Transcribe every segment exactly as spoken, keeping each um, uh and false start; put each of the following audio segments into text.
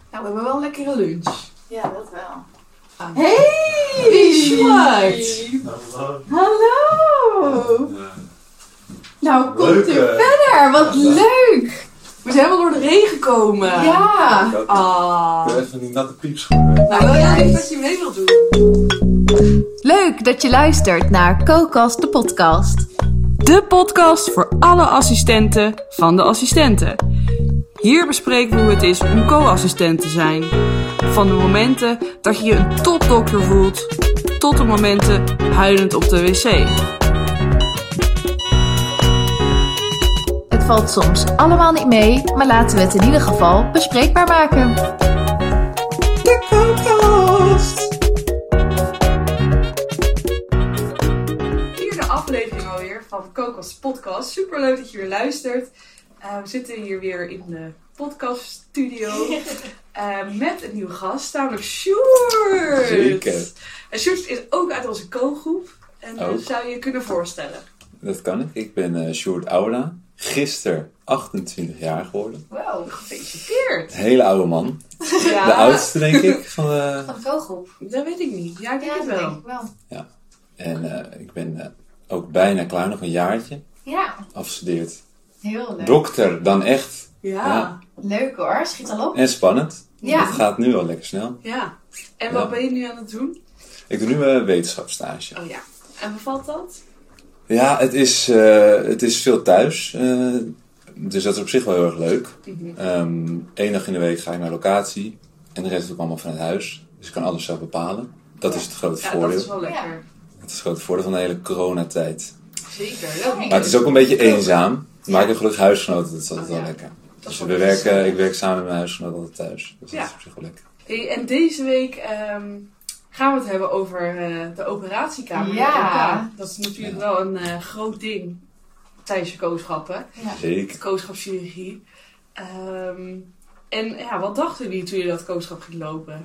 Nou, we hebben wel een lekkere lunch. Ja, dat wel. Ah. Hey! Sjoerd! Hallo. Hallo! Ja. Nou, komt Leuk, u uh, verder. Wat ja. leuk! We zijn helemaal door de regen gekomen. Ja! Ik Ah. heb even die natte piepschoenen. Nou, wil jij niet dat je mee wilt doen? Leuk dat je luistert naar CoCast de podcast. De podcast voor alle assistenten van de assistenten. Hier bespreken we hoe het is om co-assistent te zijn. Van de momenten dat je je een topdokter voelt, tot de momenten huilend op de wc. Het valt soms allemaal niet mee, maar laten we het in ieder geval bespreekbaar maken. De CoCast! Vierde aflevering alweer van de CoCast podcast. Super leuk dat je weer luistert. Uh, we zitten hier weer in de podcaststudio uh, met een nieuwe gast, namelijk Sjoerd. Zeker. En Sjoerd is ook uit onze co-groep. En uh, Ook. zou je je kunnen voorstellen? Dat kan ik. Ik ben uh, Sjoerd Ouda. Gisteren achtentwintig jaar geworden. Wow, gefeliciteerd. Hele oude man. Ja, De oudste denk ik. Van de... Van de co-groep. dat weet ik niet. Ja, ik denk Ja, het dat wel. denk ik wel. En uh, ik ben uh, ook bijna klaar. Nog een jaartje. Ja, Afgestudeerd. heel leuk. Dokter dan echt. Ja, Ja. ja. Leuk hoor, schiet al op. En spannend. Ja. Het gaat nu al lekker snel. En wat Ja. ben je nu aan het doen? Ik doe nu een wetenschapsstage. Oh ja. En bevalt dat? Ja, het is, uh, het is veel thuis. Uh, dus dat is op zich wel heel erg leuk. Mm-hmm. Um, Eén dag in de week ga ik naar locatie. En de rest doe ik allemaal vanuit huis. Dus ik kan alles zelf bepalen. Dat is het grote Ja, voordeel. dat is wel lekker. Dat is het grote voordeel van de hele coronatijd. Zeker. Ja, Maar het is ook een beetje eenzaam. Maar ik heb gelukkig huisgenoten. Dat is altijd Oh, ja. wel lekker. Dat is Dus wel we gezellig. werken, ik werk samen met mijn huisgenoten altijd thuis. Dus Ja. dat is op zich wel lekker. Hey, en deze week um, gaan we het hebben over uh, de operatiekamer. Ja. Dat is natuurlijk Ja. wel een uh, groot ding tijdens je kooschappen. Ja. Zeker. De kooschapschirurgie. Um, en ja, wat dachten jullie toen je dat kooschap ging lopen?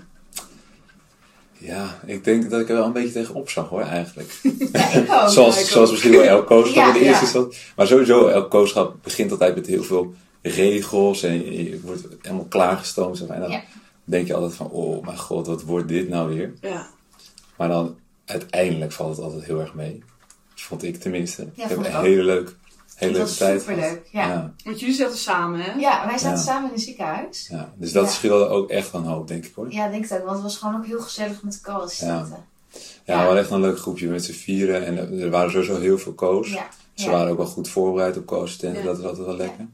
Ja, ik denk dat ik er wel een beetje tegenop zag hoor, eigenlijk. Ja, ik ook. zoals, ja, ik zoals ook. misschien wel elk kooschap Ja, in de eerste ja. instantie. Maar sowieso, elk kooschap begint altijd met heel veel regels. En je, je wordt helemaal klaargestoomd. Zeg maar. En dan Ja. denk je altijd van, oh mijn god, wat wordt dit nou weer? Ja. Maar dan uiteindelijk valt het altijd heel erg mee. Vond ik tenminste. Ja, ik heb vond een ik ook. hele, leuk, hele Het leuke was tijd superleuk, gehad. ja. Ja, Want jullie zaten samen, hè? Ja, wij zaten Ja. samen in een ziekenhuis. ja. Dus dat Ja. scheelde ook echt een hoop, denk ik hoor. Ja, ik denk het ook, want het was gewoon ook heel gezellig met de co-assistenten. Ja, we hadden echt een leuk groepje met z'n vieren. En er- er waren sowieso heel veel co's. Ja. Ze Ja. waren ook wel goed voorbereid op co-assistenten. Ja. Dat is altijd wel lekker.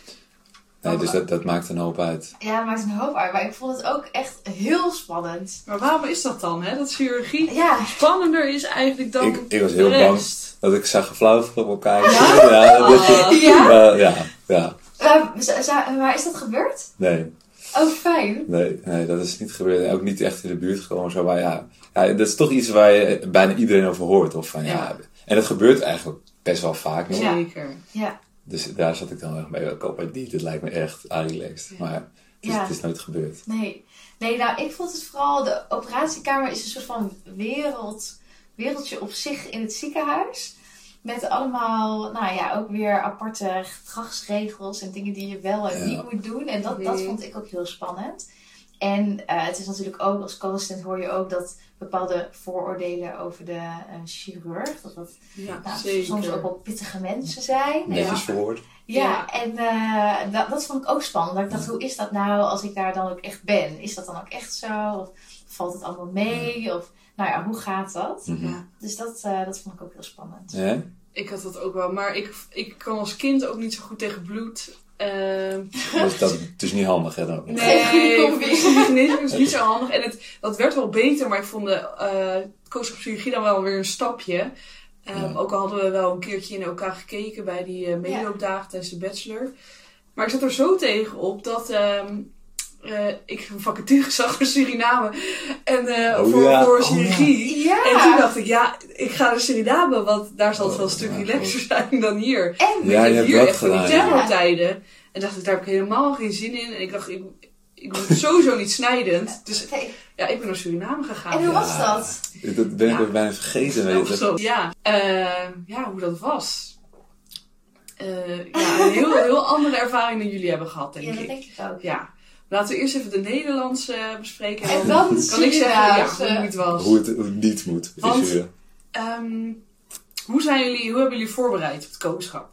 Nee, dus dat, dat maakt een hoop uit. Ja, dat maakt een hoop uit, maar ik vond het ook echt heel spannend. Maar waarom is dat dan, hè? Dat chirurgie Ja, spannender is eigenlijk dan Ik, ik was heel de bang rest. dat ik zag geflauwd op elkaar. Ja, ja, dat je, Ja? maar ja, ja. uh, z- z- maar is dat gebeurd? Nee, Oh, fijn. nee, nee, dat is niet gebeurd. En ook niet echt in de buurt gekomen. Zo, maar ja, ja, dat is toch iets waar je bijna iedereen over hoort. Of van, ja. Ja. En dat gebeurt eigenlijk best wel vaak nog. Ja. Zeker. Ja, Dus daar zat ik dan echt mee. Ik hoop het niet. Het lijkt me echt relaxed. Ja. Maar het is, Ja. het is nooit gebeurd. nee. Nee, nou, ik vond het vooral, de operatiekamer is een soort van wereld, wereldje op zich in het ziekenhuis. Met allemaal, nou ja, ook weer aparte gedragsregels en dingen die je wel en Ja. niet moet doen. En dat, dat Mhm. vond ik ook heel spannend. En uh, het is natuurlijk ook, als co-assistent hoor je ook dat bepaalde vooroordelen over de uh, chirurg, dat dat Ja, nou, zeker. soms ook wel pittige mensen zijn. Netjes Ja. verwoord. Ja, Ja. en uh, dat, dat vond ik ook spannend. Dat ik dacht, hoe is dat nou als ik daar dan ook echt ben? Is dat dan ook echt zo? Of valt het allemaal mee? Of, nou ja, hoe gaat dat? Mhm. Ja. Dus dat, uh, dat vond ik ook heel spannend. Ja? Ik had dat ook wel, maar ik, ik kan als kind ook niet zo goed tegen bloed. Ehm Dus dat het is niet handig, hè? Dan ook. nee, Geen combi. nee, dat is niet zo handig. En het, dat werd wel beter, maar ik vond de uh, kooschapschirurgie dan wel weer een stapje. Um, Ja. Ook al hadden we wel een keertje in elkaar gekeken bij die uh, meeloopdagen tijdens de bachelor. Maar ik zat er zo tegen op dat um, uh, ik een vacature zag voor Suriname en uh, Oh, voor, ja. voor Oh, chirurgie. Ja! En toen dacht ik, ja, ik ga naar Suriname, want daar zal het wel een Oh, stuk ja, relaxer zijn dan hier. En, Maar Ja, ik je heb hebt hier dat echt van die gedaan, ja. terrortijden. En dacht ik, daar heb ik helemaal geen zin in. En ik dacht, ik, ik ben sowieso niet snijdend. Dus Hey, ja, ik ben naar Suriname gegaan. en hoe Ja. was dat? Dat ben ik Ja. ook bijna vergeten. Weet Of je. zo. Ja, uh, ja, hoe dat was. Uh, ja, een heel, heel andere ervaring dan jullie hebben gehad, denk Ja, dat ik. denk ik ook. Ja, Laten we eerst even de Nederlandse bespreken. En dan de kan ik zeggen ja, Surinaamse. hoe het was. Hoe het, hoe het niet moet. Want- visueel. Um, hoe, zijn jullie, hoe hebben jullie voorbereid op het kooschap?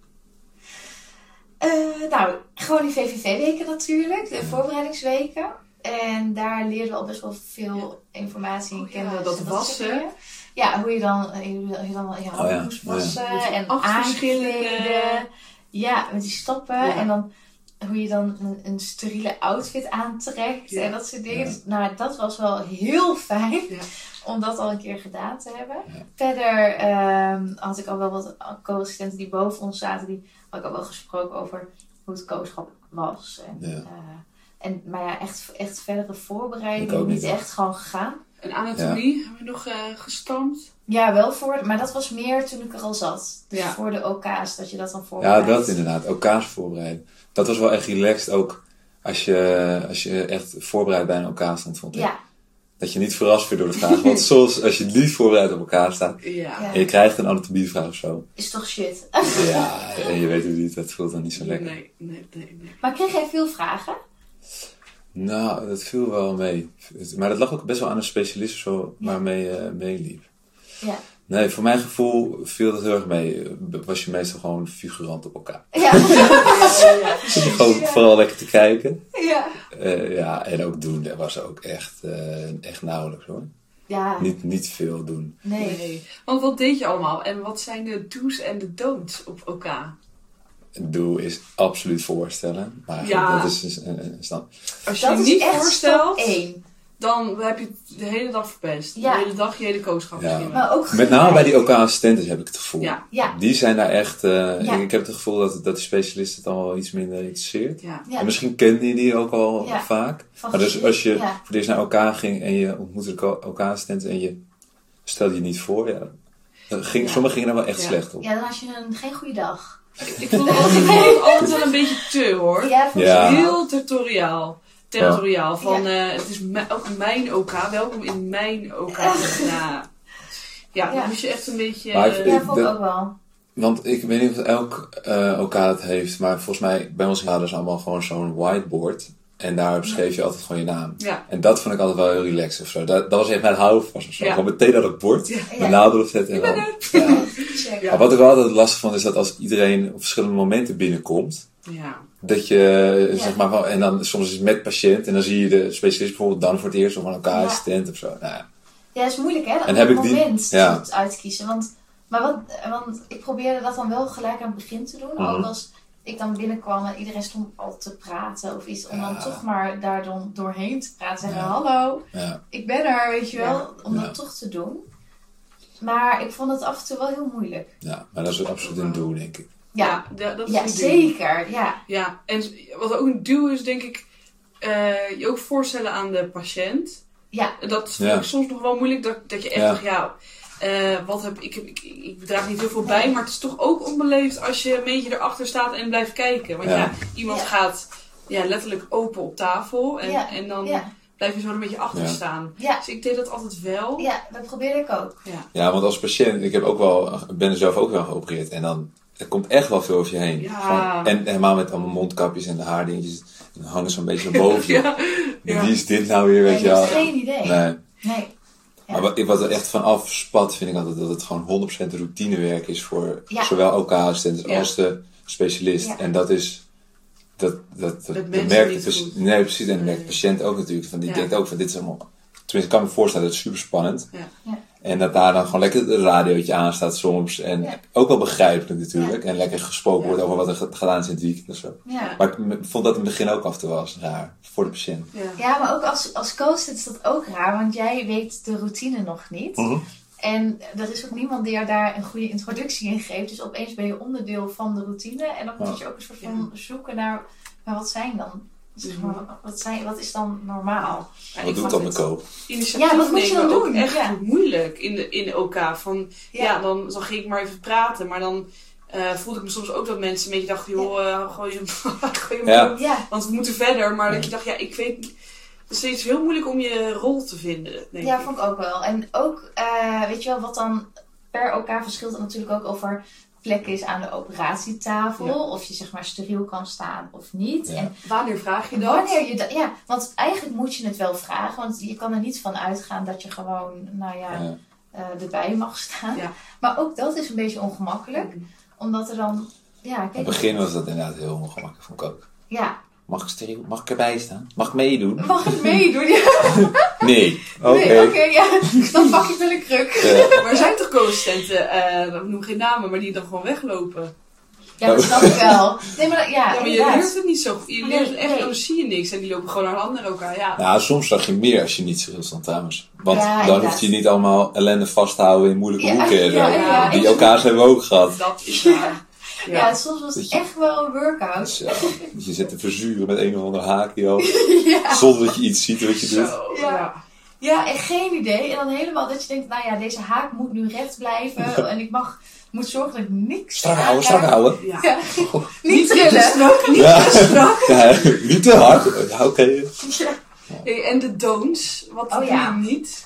Uh, nou, gewoon die V V V-weken natuurlijk, de voorbereidingsweken. En daar leerden we al best wel veel informatie en Oh ja, kennis. dat en wassen. soort dingen. Ja, hoe je dan, hoe je dan je handen Oh ja, moest oh ja. wassen Met en acht verschillende- aankleden. Ja, met die stappen. Ja. En dan hoe je dan een, een steriele outfit aantrekt Ja. en dat soort dingen. Ja. Dus, nou, dat was wel heel fijn Ja. om dat al een keer gedaan te hebben. Ja. Verder ehm, had ik al wel wat co-assistenten die boven ons zaten. Die had ik al wel gesproken over hoe het kooschap was. En, Ja. eh, en, maar ja, echt, echt verdere Ik voorbereiding ook niet niet, hoor. echt gewoon gegaan. En anatomie hebben we nog uh, gestampt. Ja, wel voor, maar dat was meer toen ik er al zat. Dus Ja. voor de O K's, dat je dat dan Ja, voorbereidt. dat inderdaad. Elkaars voorbereiden. Dat was wel echt relaxed ook als je, als je echt voorbereid bij een elkaar stond, vond ik. Ja, Dat je niet verrast wordt door de vraag. Want soms, als je niet voorbereid op elkaar staat Ja. Ja. en je krijgt een anatomievraag of zo. is toch shit. Ja, en je weet hoe niet, dat voelt dan niet zo lekker. Nee, nee, nee, nee. Maar kreeg jij veel vragen? Nou, dat viel wel mee. Maar dat lag ook best wel aan een specialist of zo Ja. waarmee je meeliep. Ja. Nee, voor mijn gevoel viel dat heel erg mee. Was je meestal gewoon figurant op elkaar. Ja. Zit je gewoon vooral lekker te kijken. Ja. Uh, ja, en ook doen, dat was ook echt, uh, echt nauwelijks hoor. Ja. Niet, niet veel doen. Nee. Nee. Want wat deed je allemaal? En wat zijn de do's en de don'ts op elkaar? Een doel is absoluut voorstellen. Maar goed, Ja. dat is een, een, een stand. Als je Dat je is niet echt voorstelt, stap één. dan heb je het de hele dag verpest. Ja. De hele dag je hele kooschap Ja. misschien. Maar ook Met name bij die gelijk. O K-assistenten heb ik het gevoel. Ja. Ja. Die zijn daar echt... Uh, Ja. ik, ik heb het gevoel dat, dat de specialist het dan wel iets minder interesseert. Ja. Ja. En misschien kende je die ook al Ja. vaak. Van Maar dus gezien. als je Ja. voor het eerst naar elkaar ging en je ontmoette de O K-assistenten en je stelde je niet voor, ja, dan ging, Ja. sommigen gingen daar wel echt Ja. slecht op. Ja, dan had je een, geen goede dag. Ik vond het altijd, ik vond het altijd wel een beetje te hoor. Ja, dat vond ik Ja. ook. Heel territoriaal. Territoriaal. Van, Ja. eh, het is m- ook mijn O K. Welkom in mijn O K. Ja, ja, Ja. dan moest je echt een beetje... Maar ik- eh, Ja, vond ik de- ook wel. Want ik weet niet of elk uh, O K het heeft, maar volgens mij bij ons hadden ze allemaal gewoon zo'n whiteboard. En daar schreef je altijd gewoon je naam. ja. En dat vond ik altijd wel heel relaxed of zo. Dat, dat was echt mijn houvast of zo. Ja. Gewoon meteen naar dat bord, Ja. mijn Ja. naam erop zetten. En Ik ben dan, ja. Check. Ja. Maar wat ik wel altijd lastig vond is dat als iedereen op verschillende momenten binnenkomt. Ja. Dat je, Ja. zeg maar, van, en dan soms is het met patiënt en dan zie je de specialist bijvoorbeeld dan voor het eerst of van elkaar assistent of zo. Nou, ja. Ja, dat is moeilijk hè, dat En heb ik die- moment ja. goed uit te kiezen. Want, maar wat, want ik probeerde dat dan wel gelijk aan het begin te doen. Mhm. Ook als ik dan binnenkwam en iedereen stond al te praten of iets. Om dan Ja. toch maar daar dan doorheen te praten. Zeggen, Ja. hallo, ja. ik ben er, weet je wel. Ja. Om Ja. dat toch te doen. Maar ik vond het af en toe wel heel moeilijk. ja, maar dat is absoluut een doel, denk ik. Ja, Ja, dat is ja een duw. zeker. Ja. Ja, en wat ook een duw is, denk ik, eh, je ook voorstellen aan de patiënt. Ja. Dat vond Ja. ik soms nog wel moeilijk, dat, dat je echt Ja. dacht, ja, eh, wat heb ik, heb, ik, ik draag niet heel veel bij, maar het is toch ook onbeleefd als je een beetje erachter staat en blijft kijken. Want ja, Ja. iemand Ja. gaat ja, letterlijk open op tafel en, Ja. en dan Ja. blijf je zo een beetje achter Ja. staan. Ja. Dus ik deed dat altijd wel. Ja, dat probeerde ik ook. Ja. Ja, want als patiënt, ik heb ook wel, ik ben er zelf ook wel geopereerd en dan, er komt echt wel veel over je heen. Ja. Gewoon- en helemaal met allemaal mondkapjes en de haardingetjes, en dan hangen ze een beetje naar boven je. Ja. En Ja. Wie is dit nou weer, weet Nee, je je wel? hebt geen idee. Nee. Nee. Ja. Maar wat, wat er echt van afspat, vind ik altijd dat het gewoon honderd procent routinewerk is voor Ja. zowel O K-assistenten Ja. als de specialist. Ja. En dat is, dat, dat, dat, Dat dat mensen merkt niet de paci- goed. Nee, precies. En dat merkt de Nee. patiënt ook natuurlijk. Van, die Ja. denkt ook van, dit is allemaal... Tenminste, ik kan me voorstellen, dat is super spannend. Ja. Ja. En dat daar dan gewoon lekker het radiootje aanstaat soms. En Ja. ook wel begrijpelijk natuurlijk. Ja. En lekker gesproken Ja. wordt over wat er ge- gedaan is in het weekend of zo. Ja. Maar ik m- vond dat in het begin ook af en toe wel eens raar. Voor de patiënt. Ja. Ja, maar ook als, als coach is dat ook raar, want jij weet de routine nog niet. En er is ook niemand die jou daar een goede introductie in geeft. Dus opeens ben je onderdeel van de routine. En dan moet je ook een soort van zoeken naar, maar wat zijn dan? Zeg maar, wat, zijn, wat is dan normaal? Ja, Wat ik doet vond dat met het koop? initiatief Ja, wat moet je nemen dan ook doen? echt Ja. moeilijk in de, in de O K. Van, ja. Ja. dan, dan ging ik maar even praten. Maar dan eh, voelde ik me soms ook dat mensen een beetje dachten, joh, eh, gooi je hem gooi hem Ja. op. Ja, Want we moeten verder. Maar dat je dacht, ja, ik weet niet. Het is steeds heel moeilijk om je rol te vinden, denk ja, ik. vond ik ook wel. En ook, eh, weet je wel, wat dan per O K verschilt het natuurlijk ook over plek is aan de operatietafel. Ja. Of je zeg maar steriel kan staan of niet. Ja. En Wanneer vraag je dat? wanneer je dat... Ja, want eigenlijk moet je het wel vragen. Want je kan er niet van uitgaan dat je gewoon, nou ja, Ja. uh, erbij mag staan. Ja. Maar ook dat is een beetje ongemakkelijk. Omdat er dan... Ja, In kijk, het begin was dat inderdaad heel ongemakkelijk, vond ik ook. Ja, Mag ik steriel? Mag ik erbij staan? Mag ik meedoen? mag ik meedoen? Ja. Nee. Oké. Nee, oké, ja. Dan pak ik wel een kruk. Ja. Maar er zijn toch co-assistenten, uh, ik noem geen namen, maar die dan gewoon weglopen? Ja, dat snap ik wel. Nee, maar dat- ja, Ja, maar je inderdaad. leert het niet zo. Je leert Nee, echt, nee. dan zie je niks en die lopen gewoon naar de handen elkaar. Ja. Nou, soms zag je meer als je niet steriel stond trouwens. Want Ja, dan inderdaad. hoef je niet allemaal ellende vast te houden in moeilijke Ja, hoeken. en zo. ja, ja. Die elkaar hebben we ook gehad. Dat is waar. Ja, Ja. soms was het Dat je- echt wel een workout. Dus, ja, je zit te verzuren met een of ander haakje al. Ja. Zonder dat je iets ziet wat je doet. Zo, Ja. ja. Ja, en geen idee. En dan helemaal dat je denkt, nou ja, deze haak moet nu recht blijven. En ik mag, moet zorgen dat ik niks Strak houden, aanraak. strak houden. Ja. Ja. Niet Niet te trillen. strak, niet Ja. te strak. Ja, niet te hard. Ja, oké. Ja. Hey, en de don'ts, wat Oh, doe ja. je niet?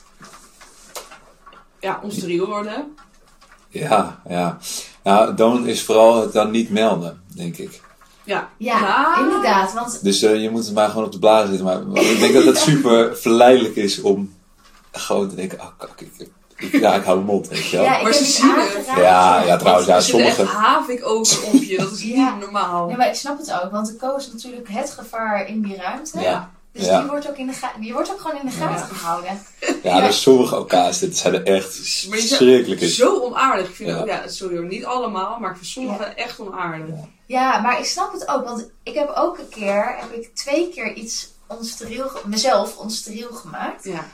Ja, onsteriel worden. Ja, ja. Nou, dan is vooral het dan niet melden, denk ik. Ja. Ja, Ja. inderdaad. Want Dus uh, je moet het maar gewoon op de blazen zitten. Maar, maar ik denk dat het super verleidelijk is om gewoon te denken, oh kak, ik, ik, ja, ik hou mijn mond, weet je wel. ja, ik Maar heb ze het zien het. aangeraakt. Ja, ja, trouwens, ja, Er zitten echt sommige... havikogen op je, dat is Ja. niet normaal. Ja, maar ik snap het ook. Want de co is natuurlijk het gevaar in die ruimte. Ja, Dus ja. die wordt ook in de ga- die wordt ook gewoon in de gaten gehouden. ja, dus sommige elkaars, dit zijn er echt Maar die zijn verschrikkelijk in. Zo onaardig. Ik vind Ja. ook, ja, sorry hoor, niet allemaal, maar ik vind sommigen echt onaardig. Ja. Ja, maar ik snap het ook. Want ik heb ook een keer, heb ik twee keer iets onsteriel, ge- mezelf onsteriel gemaakt. Ja.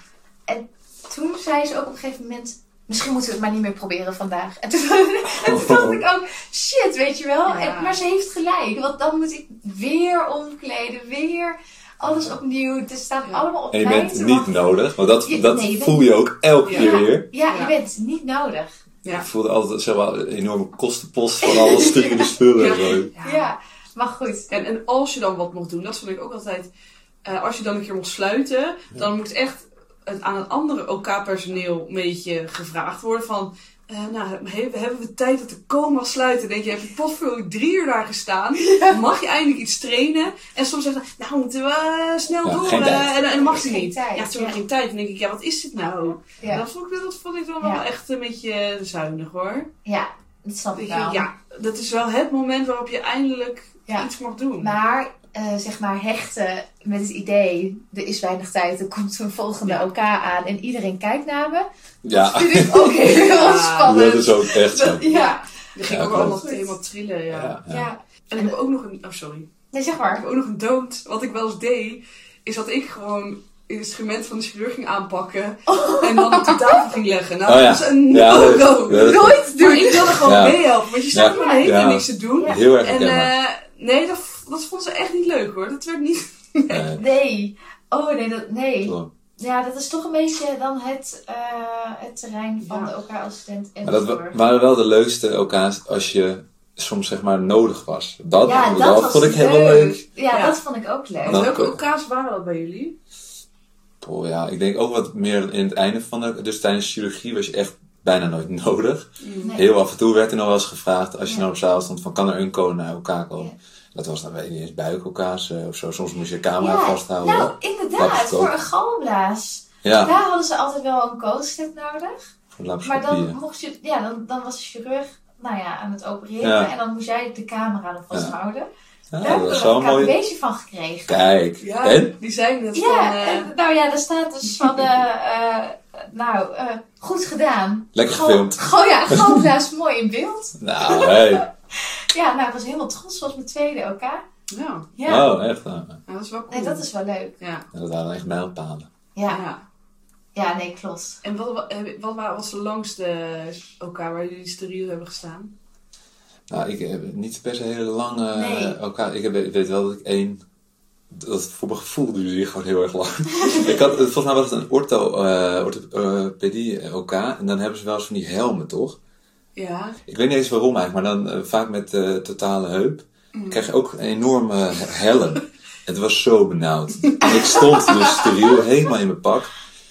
Toen zei ze ook op een gegeven moment, misschien moeten we het maar niet meer proberen vandaag. En toen, en toen dacht ik ook, shit, weet je wel. Ja. En, maar ze heeft gelijk, want dan moet ik weer omkleden, weer alles opnieuw. Het staat Ja. allemaal op En je mij bent te niet wachten. nodig, want dat, Je- dat nee, je bent- voel je ook elke Ja. keer weer. Ja, Ja. je bent niet nodig. Ja. Ik voelde altijd zeg maar, een enorme kostenpost van alle steriele spullen. Ja. en zo. Ja. Ja, maar goed. En, en als je dan wat mocht doen, dat vond ik ook altijd. eh, als je dan een keer mocht sluiten, dan moet echt het aan een andere OK-personeel een beetje gevraagd worden van. eh, nou, he- hebben we tijd dat de co mag sluiten? Denk je, heb je potverdorie drie uur daar gestaan? Mag je eindelijk iets trainen? En soms zeggen ze, nou moeten we eh, snel Ja, door. geen eh, tijd. en, en dan mag ze Geen niet. tijd, Ja, toen ja. geen tijd. Dan denk ik, ja, wat is dit nou? Ja, Dat, vond ik, dat vond ik dan Ja. wel echt een beetje zuinig hoor. ja dat snap ik Weet je, wel. ja, dat is wel het moment waarop je eindelijk Ja. iets mag doen. Maar, eh, zeg maar, hechten met het idee, er is weinig tijd, er komt een volgende Ja. OK aan en iedereen kijkt naar me. Ja, Vind ik ook heel Ja, spannend. dat is ook echt zo. Dat- ja, Dan ging Ja, ook klopt. allemaal helemaal trillen, ja. Ja, ja. ja. En ik heb ook nog een... Oh, sorry. Nee, zeg Ik maar. heb ook nog een dood. Wat ik wel eens deed, is dat ik gewoon een instrument van de chirurg ging aanpakken. En dan op de tafel ging leggen. Nou, Oh ja. dat is een Ja, dat- no-go. dat- Nooit doen. Maar ik wilde gewoon Ja. meehelpen. Want je staat Ja. gewoon de hele tijd Ja. niks te doen. Ja. Heel erg En herkenbaar. eh, nee, dat, dat vond ze echt niet leuk hoor. Dat werd niet... Nee, Nee. Oh, nee, dat, nee. klopt. Ja, dat is toch een beetje dan het, eh, het terrein van Ja. de OK-assistent en Maar de dat wa- zorg. waren wel de leukste elkaars als je soms zeg maar nodig was. Dat, Ja, dat, dat was vond ik heel leuk. leuk. Ja, Ja. dat vond ik ook leuk. Dan- Welke elkaars waren dat bij jullie? Oh, ja, ik denk ook wat meer in het einde van de... Dus tijdens chirurgie was je echt bijna nooit nodig. Nee. Heel af en toe werd er nog wel eens gevraagd, als je Ja. nou op zaal stond, van kan er een co naar elkaar komen? Ja. Dat was dan weet ik niet eens buik elkaars of zo. Soms moest je de camera Ja, vasthouden. Nou, Dat inderdaad, is ook- voor een galblaas. ja, Daar hadden ze altijd wel een co-assistent nodig. voor Maar laparoscopie. dan mocht je, ja, dan, dan was de chirurg, nou ja, aan het opereren Ja. en dan moest jij de camera nog vasthouden. Ja, Daar heb dat ik is er wel een een mooie... beetje van gekregen. Kijk, Ja, en? die zijn het Ja, van... eh, en, nou ja, daar staat dus van, eh, eh, nou, eh, goed gedaan. Lekker Gal- gefilmd. Gal- ja, galblaas mooi in beeld. Nou, hey. Ja, nou, ik was helemaal trots, zoals mijn tweede OK. ja, Ja, Oh, echt? Nou, ja, dat is wel cool. nee, dat is wel leuk. Ja, dat waren echt mijlpalen. Ja, ja. ja nee, klopt. En wat, wat, wat wa- was de langste OK waar jullie steriel hebben gestaan? Nou, ik heb niet per se hele lange Nee. elkaar. Ik, heb, ik weet wel dat ik één... Dat voor mijn gevoel duurde die gewoon heel erg lang. ik had, volgens mij was het een ortho, uh, orthopedie OK. En dan hebben ze wel eens van die helmen, toch? Ja. Ik weet niet eens waarom eigenlijk, maar dan uh, vaak met uh, totale heup. Mm. Krijg je ook een enorme helm. Het was zo benauwd. En ik stond dus steriel, helemaal in mijn pak.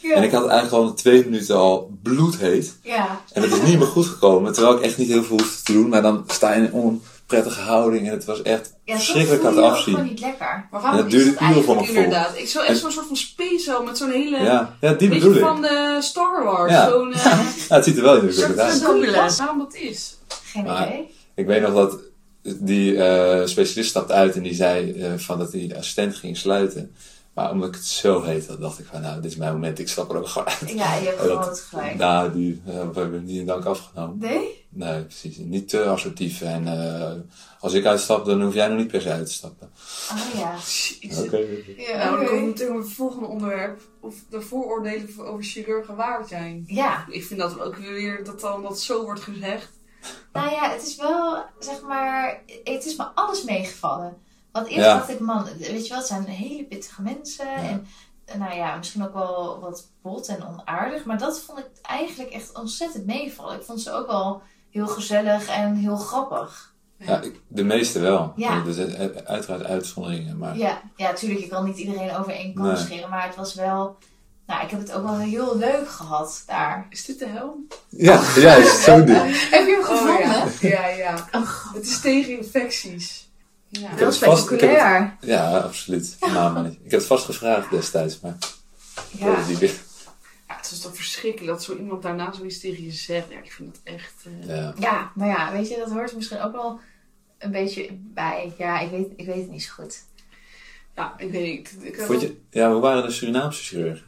Ja. En ik had eigenlijk al in twee minuten al bloedheet. Ja. En het is niet meer goed gekomen. Terwijl ik echt niet heel veel hoefde te doen. Maar dan sta je in een onprettige houding. En het was echt Ja, soms verschrikkelijk voel aan je het je ook afzien. gewoon niet lekker. Maar En waarom het is duurde dat uren voor mijn eigenlijk gevoel. inderdaad? Ik zou echt zo'n soort van space met zo'n hele... Ja, ja die beetje bedoel ik. van de Star Wars. Ja. Zo'n... Uh, Ja, het ziet er wel soort indrukwekkend uit. Zo van vast. waarom dat is. Geen Maar- idee. Ik weet nog dat die eh, specialist stapte uit en die zei eh, van dat die assistent ging sluiten. Maar omdat ik het zo heet had, dacht ik van nou, dit is mijn moment, ik stap er ook gewoon uit. Ja, je hebt En dat- gewoon het gelijk. Nou, die uh, we hebben niet in dank afgenomen. Nee? Nee, precies. Niet te assertief. En uh, als ik uitstap, dan hoef jij nog niet per se uit te stappen. Oh ja. Jezus. Oké. Ja, Nou, dan oké. komen we meteen op het volgende onderwerp. Of de vooroordelen over chirurgen waar zijn. Ja. Ik vind dat ook weer dat dan dat zo wordt gezegd. Nou ja, het is wel, zeg maar, het is me alles meegevallen. Want eerst Ja. dacht ik, man, weet je wel, het zijn hele pittige mensen. En nou ja, misschien ook wel wat bot en onaardig. Maar dat vond ik eigenlijk echt ontzettend meevallen. Ik vond ze ook wel heel gezellig en heel grappig. Ja, ik- de meeste wel. Ja. Er zijn uh, uiteraard uitzonderingen, maar... Ja, ja, tuurlijk, je kan niet iedereen over één kam Nee. scheren. Maar het was wel, nou, ik heb het ook wel heel leuk gehad daar. Is dit de helm? Ja, juist, zo'n ding. Heb je hem gevonden? Oh, ja, ja. ja. Het is tegen infecties. Ja. heb Heel het vast- ik heb spectaculair. Ja, absoluut. Nou, maar niet. Ik heb het vast gevraagd destijds, maar... ik weet Ja. het niet meer. Ja, het is toch verschrikkelijk dat zo iemand daarna zoiets tegen je zegt. Ja, ik vind het echt... eh, Ja. Ja, maar ja, weet je, dat hoort er misschien ook wel een beetje bij. Ja, ik weet, ik weet het niet zo goed. Ja, ik weet niet. Ik, ik, Vond je, ja, hoe waren de Surinaamse chirurgen?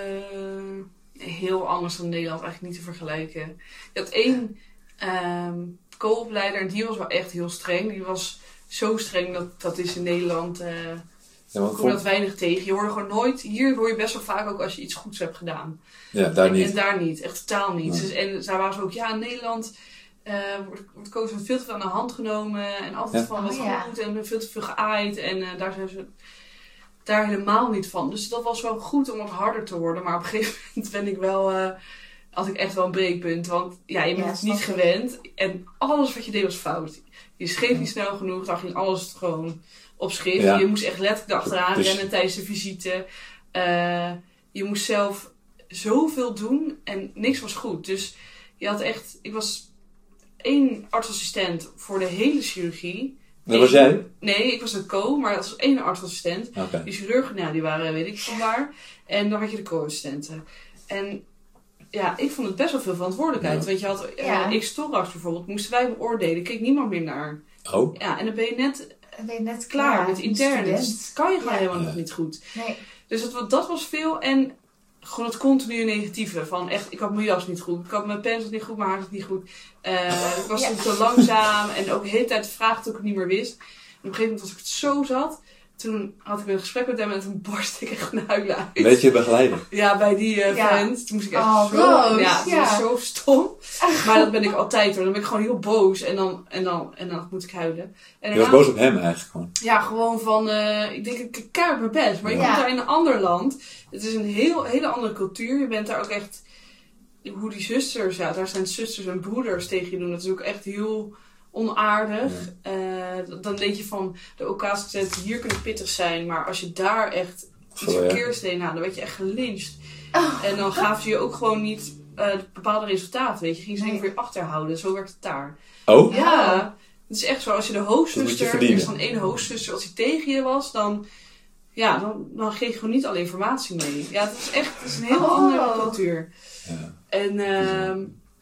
Eh, heel anders dan Nederland, eigenlijk niet te vergelijken. Je had één ehm co-opleider en die was wel echt heel streng. Die was zo streng dat dat is in Nederland... eh Ja, want kom je dat vond- weinig tegen. Je hoorde gewoon nooit... Hier hoor je best wel vaak ook als je iets goeds hebt gedaan. ja, daar en, niet. en daar niet. Echt totaal niet. Nee. Dus, en zij waren zo ook... Ja, in Nederland eh, wordt, wordt coach veel te veel aan de hand genomen. En altijd Ja. van wat Oh, ja. goed. En veel te veel geaaid. En eh, daar zijn ze... Daar helemaal niet van. Dus dat was wel goed om wat harder te worden. Maar op een gegeven moment ben ik wel... eh, had ik echt wel een breekpunt. Want ja, je bent Ja, het niet snap ik. gewend. En alles wat je deed was fout. Je schreef niet snel genoeg. Dan ging alles gewoon op schrift. Ja. Je moest echt letterlijk achteraan Dus- rennen tijdens de visite. Eh, je moest zelf zoveel doen. En niks was goed. Dus je had echt... Ik was één artsassistent voor de hele chirurgie. Dat was jij? Nee, ik was een co. Maar dat was één artsassistent. Oké. Die chirurgen, nou, die waren weet ik van waar. En dan had je de co-assistenten. En ja, ik vond het best wel veel verantwoordelijkheid. Ja. Want je had, uh, Ja. ik thorax bijvoorbeeld, moesten wij beoordelen. Keek niemand meer naar. Oh, Ja, en dan ben je net Dan ben je net klaar klaar met intern. Dus student. dat kan je gewoon Ja. helemaal Ja. nog niet goed. Nee. Dus dat, dat was veel. En gewoon het continue negatieve. Van echt, ik had mijn jas niet goed. Ik had mijn pensel niet goed, mijn haar niet goed. Uh, ik was Ja. te langzaam. En ook de hele tijd vragen toen ik het niet meer wist. En op een gegeven moment, als ik het zo zat... Toen had ik een gesprek met hem en toen barst ik echt naar huilen uit. weet je begeleider? Ja, bij die uh, Ja. vent. Toen moest ik echt Oh, zo... boos, ja, het ja. was zo stom. Maar dat ben ik altijd hoor. Dan ben ik gewoon heel boos. En dan, en dan, en dan moet ik huilen. En Je was daarna- boos op hem eigenlijk gewoon. Ja, gewoon van... uh, ik denk, ik keihard mijn best. Maar je Ja. komt daar in een ander land. Het is een heel, hele andere cultuur. Je bent daar ook echt... Hoe die zusters... Ja, daar zijn zusters en broeders tegen je doen. Dat is ook echt heel onaardig. Uh, dan denk je van... De OK-studenten hier kunnen pittig zijn. Maar als je daar echt... iets Zo, ja. verkeers deed, nou, dan werd je echt gelyncht. Oh. En dan gaven ze je ook gewoon niet uh, bepaalde resultaten, weet je. Ging ze Nee. niet voor je achterhouden. Zo werkt het daar. Oh? Ja, het is echt zo. Als je de Dat moet je hoofdzuster, er verdienen. is dan één hoofdzuster, als die tegen je was, dan, ja, dan, dan geef je gewoon niet alle informatie mee. Ja, het is echt het is een heel Oh. andere cultuur. Ja. En, ehm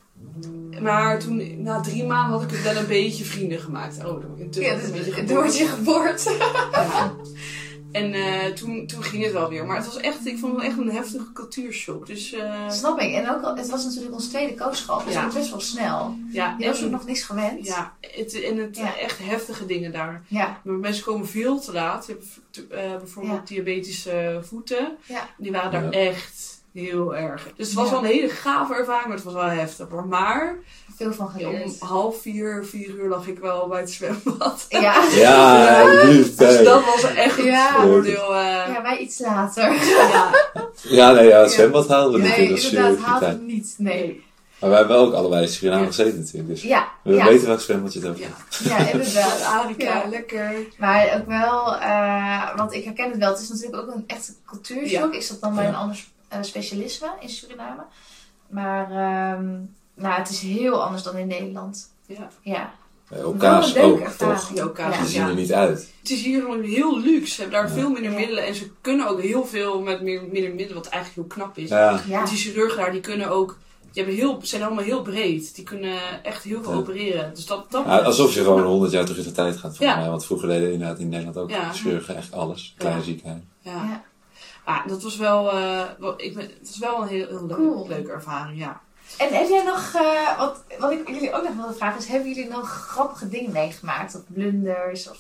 maar toen, na drie maanden had ik het wel een beetje vrienden gemaakt. Oh, dan word ik Ja, een beetje dus, door je geboorte. ja. En uh, toen, toen ging het wel weer. Maar het was echt, ik vond het echt een heftige cultuurshock. Dus uh, Snap ik. En ook, al- het was natuurlijk ons tweede coachschap. Dus Ja. ook best wel snel. ja, Je was ook en, nog niks gewend. ja, het, en het Ja. echt heftige dingen daar. Ja. Maar mensen komen veel te laat. Je hebt uh, bijvoorbeeld diabetische voeten. Ja. Die waren daar Ja. echt heel erg. Dus het was Ja. wel een hele gave ervaring, maar het was wel heftig. hoor. Maar Veel van ja, om geleerd. half vier, vier uur lag ik wel bij het zwembad. Ja. Ja, alsjeblieft. Dus hey. dat was echt een Ja. voordeel. Uh, Ja, wij iets later. ja. Ja, nee, ja, het zwembad haalden we niet Nee, in als inderdaad, haalt chirurgie. het niet. Nee. Maar wij hebben ook allebei in Suriname Ja. gezeten natuurlijk. Dus Ja. we Ja. weten welk zwembad je het over Ja. hebt. Ja, inderdaad. Arica, Ja. lekker. Maar ook wel, uh, want ik herken het wel. Het is natuurlijk ook een echte cultuurshock. Is dat dan bij Ja. een ander uh, specialisme in Suriname. Maar um, nou, het is heel anders dan in Nederland. Ja. Ja. Ja, Oka's ook, toch? Ja, Oka's, Ze ja. zien er niet uit. Het is hier gewoon heel luxe. Ze hebben daar Ja. veel minder Ja. middelen. En ze kunnen ook heel veel met meer, minder middelen. Wat eigenlijk heel knap is. Ja. Ja. Want die chirurgen daar, die kunnen ook... Die hebben heel, zijn allemaal heel breed. Die kunnen echt heel veel Ja. opereren. Dus dat, dat Ja, alsof je gewoon honderd jaar terug in de tijd gaat. Volgens Ja. mij. Want vroeger deden inderdaad in Nederland ook Ja. chirurgen echt alles. Kleine Ja. ziekenhuis. Ja. Ja. Ah, dat was wel... Uh, wel ik ben, het is wel een heel, heel leuk, Cool. leuke ervaring, ja. En heb jij nog, uh, wat, wat ik jullie ook nog wilde vragen is, hebben jullie nog grappige dingen meegemaakt? Of blunders? Of...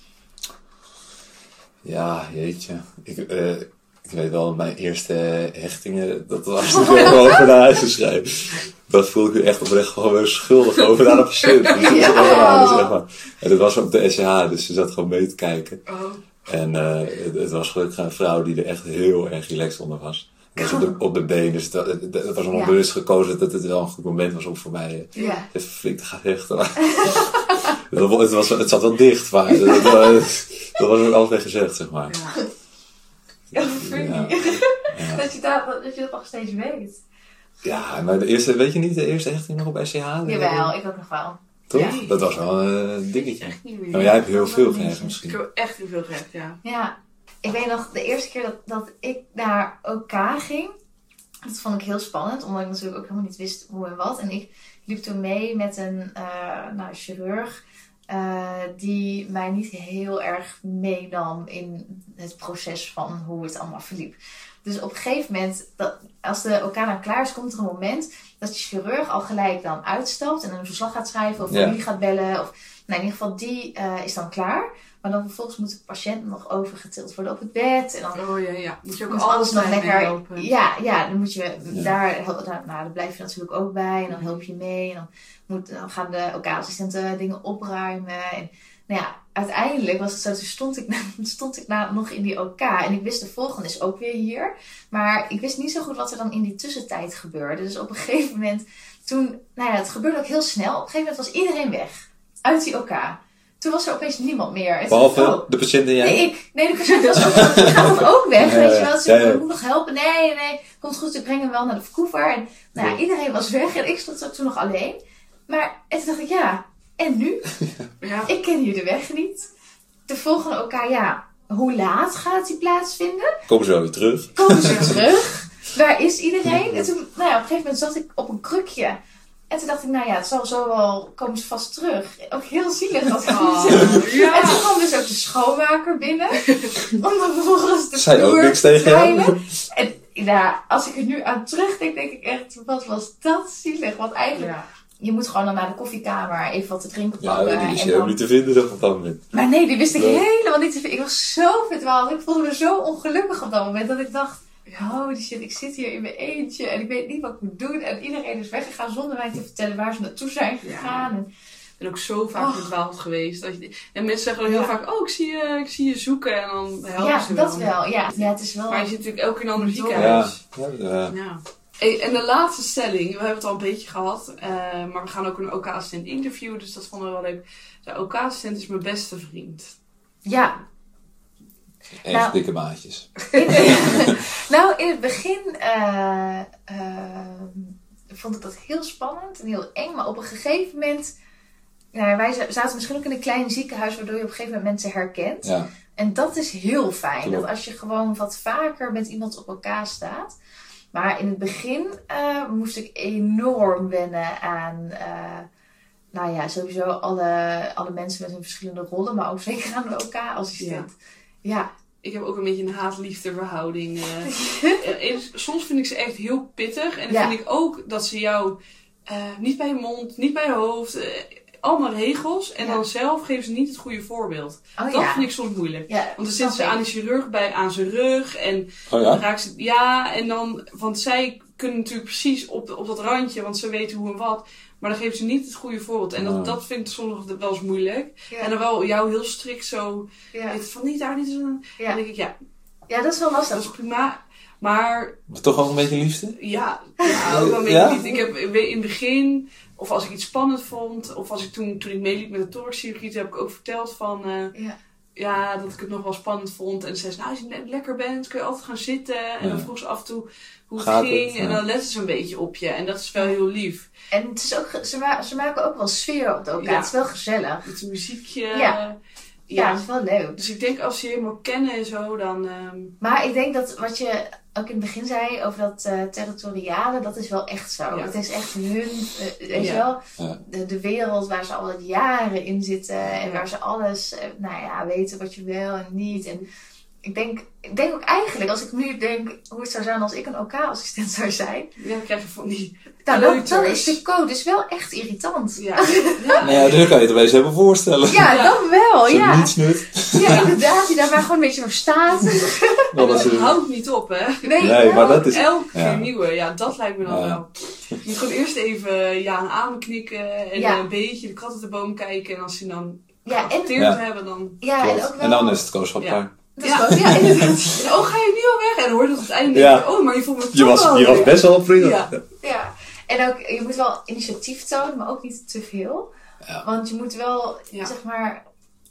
Ja, jeetje. Ik, uh, ik weet wel, mijn eerste hechtingen, dat was natuurlijk wel over naar huis te schrijven. Dat voelde ik me echt oprecht gewoon weer schuldig over naar de patiënt. Dus dat, is Ja. echt waar, dus echt waar. En dat was op de S C H, dus ze zat gewoon mee te kijken. Oh. En uh, het, het was gelukkig een vrouw die er echt heel erg relaxed onder was. Dat was op de, op de been, dus het, het, het was allemaal Ja. bewust gekozen dat het wel een goed moment was om voor mij uh, Ja. even flink te gaan hechten. het, was, het zat wel dicht, maar dat, dat, dat was ook altijd gezegd, zeg maar. Ja. Ja, funny. Ja. Ja. Dat, je dat, dat je dat nog steeds weet. Ja, maar de eerste, weet je niet, de eerste hechting nog op S C H? Jawel, ik ook nog wel. Toch? Ja. Dat was wel een dingetje. Echt niet meer. Nou, jij hebt heel veel Dat gehecht niet. misschien. Ik heb echt heel veel gerecht, ja. Ja, ik weet nog de eerste keer dat, dat ik naar O K ging. Dat vond ik heel spannend, omdat ik natuurlijk ook helemaal niet wist hoe en wat. En ik liep toen mee met een uh, nou, chirurg uh, die mij niet heel erg meenam in het proces van hoe het allemaal verliep. Dus op een gegeven moment, dat, als de O K dan klaar is, komt er een moment dat de chirurg al gelijk dan uitstapt en een verslag gaat schrijven of Ja. familie gaat bellen. Of, nou, in ieder geval, die uh, is dan klaar. Maar dan vervolgens moet de patiënt nog overgetild worden op het bed. En dan Oh ja, ja. Moet je ook moet alles alles nog bij lekker. meehelpen. Ja, ja, dan moet je Ja. daar, help- daar, nou, daar blijf je natuurlijk ook bij. En dan help je mee. En dan, moet, dan gaan de O K-assistenten dingen opruimen. En nou ja, uiteindelijk was het zo. Toen stond ik, stond ik nou nog in die O K. En ik wist de volgende is ook weer hier. Maar ik wist niet zo goed wat er dan in die tussentijd gebeurde. Dus op een gegeven moment, toen, nou ja, het gebeurde ook heel snel. Op een gegeven moment was iedereen weg. Uit die O K. Toen was er opeens niemand meer. En toen- Behalve oh. de patiënt en jij? Nee, ik. Nee, de patiënt was ook, die gaat dan ook weg. Ja, weet je ja. wel. Dus Ja, ik ja. moet nog helpen. Nee, nee. Komt goed, ik breng hem wel naar de verkoever. En nou ja, Ja. iedereen was weg. En ik stond er toen nog alleen. Maar en toen dacht ik, ja, en nu? Ja. Ik ken hier de weg niet. De volgende O K, ja, hoe laat gaat die plaatsvinden? Kom zo weer terug. Komen ze terug? Waar is iedereen? En toen, nou ja, op een gegeven moment zat ik op een krukje. En toen dacht ik, nou ja, het zal zo wel, komen ze vast terug. Ook heel zielig dat ik Oh, En ja. toen kwam dus ook de schoonmaker binnen. Om dan vervolgens de Zei ook vloer niks te tegen jou? dweilen. En ja, als ik er nu aan terugdenk, denk ik echt, wat was dat zielig. Want eigenlijk, Ja. je moet gewoon dan naar de koffiekamer even wat te drinken Ja, pakken. die wist en je ook dan... niet te vinden toch, op dat moment. Maar nee, die wist ik Nee. helemaal niet te vinden. Ik was zo verdwaald. Ik voelde me zo ongelukkig op dat moment. Dat ik dacht, oh die shit, ik zit hier in mijn eentje. En ik weet niet wat ik moet doen. En iedereen is weggegaan zonder mij te vertellen waar ze naartoe zijn gegaan. En, En ook zo vaak Oh. verdwaald geweest. Dat je, en mensen zeggen dan heel Ja. vaak, oh ik zie, je, ik zie je zoeken. En dan helpen ja, ze wel. dat wel. Ja, ja, het is wel... Maar je zit natuurlijk elke keer in een ander Ja. ziekenhuis. Ja, ja, Ja. Hey, en de laatste stelling, we hebben het al een beetje gehad, uh, maar we gaan ook een O K-assistent interviewen, dus dat vonden we wel leuk. De O K-assistent is mijn beste vriend. Ja, echt Nou. dikke maatjes. In de- nou, in het begin eh, eh, vond ik dat heel spannend en heel eng. Maar op een gegeven moment... Nou, wij z- zaten misschien ook in een klein ziekenhuis... waardoor je op een gegeven moment mensen herkent. Ja, En dat is heel fijn. Klopt. Dat als je gewoon wat vaker met iemand op elkaar staat. Maar in het begin eh, moest ik enorm wennen aan... eh, nou ja, sowieso alle, alle mensen met hun verschillende rollen. Maar ook zeker aan de O K-assistent. Ja. Ik heb ook een beetje een haat-liefde verhouding. Uh, en soms vind ik ze echt heel pittig. En dan Ja. vind ik ook dat ze jou uh, niet bij je mond, niet bij je hoofd... Uh, allemaal regels. En Ja. dan zelf geven ze niet het goede voorbeeld. Oh, dat ja. vind ik soms moeilijk. Ja, Want dan snap zitten ze ik. aan die chirurg bij aan zijn rug. En oh dan ja? raakt ze, ja, en dan, want zij kunnen natuurlijk precies op, op dat randje, want ze weten hoe en wat. Maar dan geven ze niet het goede voorbeeld. En dat, Oh. dat vind ik soms nog wel eens moeilijk. Ja. En dan wel jou heel strikt zo, Ja. weet van niet daar, niet zo. Dan Ja. denk ik, ja, ja, dat is wel dat lastig. is prima. Maar Maar toch ook een beetje liefde? ja, ja ook wel een beetje Ja? niet. Ik heb in het begin, of als ik iets spannend vond, of als ik toen, toen ik meeliep met de thoraxchirurgie, toen heb ik ook verteld van... Uh, Ja. ja, dat ik het nog wel spannend vond. En zei ze, nou, als je le- lekker bent, kun je altijd gaan zitten. En Ja. dan vroeg ze af en toe hoe het Gaat ging. het? Ja. En dan letten ze een beetje op je. En dat is wel heel lief. En het is ook, ge- ze, ma- ze maken ook wel sfeer op de elkaar. Ja. Het is wel gezellig. Met een muziekje. Ja. Ja. Ja, het is wel leuk. Dus ik denk als ze je helemaal kennen en zo, dan... ehm, Maar ik denk dat wat je ook in het begin zei over dat eh, territoriale, dat is wel echt zo. Ja. Het is echt hun, eh, weet je Ja. wel, Ja. de, de wereld waar ze al jaren in zitten en Ja. waar ze alles, eh, nou ja, weten wat je wil en niet. En ik denk, ik denk ook eigenlijk, als ik nu denk hoe het zou zijn als ik een OK-assistent zou zijn, ja, dan krijg je van die... nou, dan, dan Kleuters. is de code dus wel echt irritant. Ja. ja. Nou ja, dan kan je het er eens hebben voorstellen. Ja, Ja. dan wel, Zo ja. niets nut. Ja, inderdaad, die daar maar gewoon een beetje voor staat. Wel Dat als je- houdt niet op, hè? Nee, Nee, wel. maar dat is... Elke keer Ja. nieuwe. Ja, dat lijkt me dan Ja. wel. Je moet gewoon eerst even ja, aan adem knikken. En Ja. een beetje de kat uit de boom kijken. En als ze dan Ja, en, geacteerd Ja. hebben, dan... ja, en Klopt. ook wel... En dan is het kooschap Ja. klaar. Dat is wel- ja, inderdaad. Oh, ga je nu al weg? En dan hoor je dat op het einde. Ja. Denk je, oh, maar je vond me Je toch was, wel je was leuk. best wel prima. Ja. Ja, en ook, je moet wel initiatief tonen, maar ook niet te veel. Ja. Want je moet wel, Ja. zeg maar,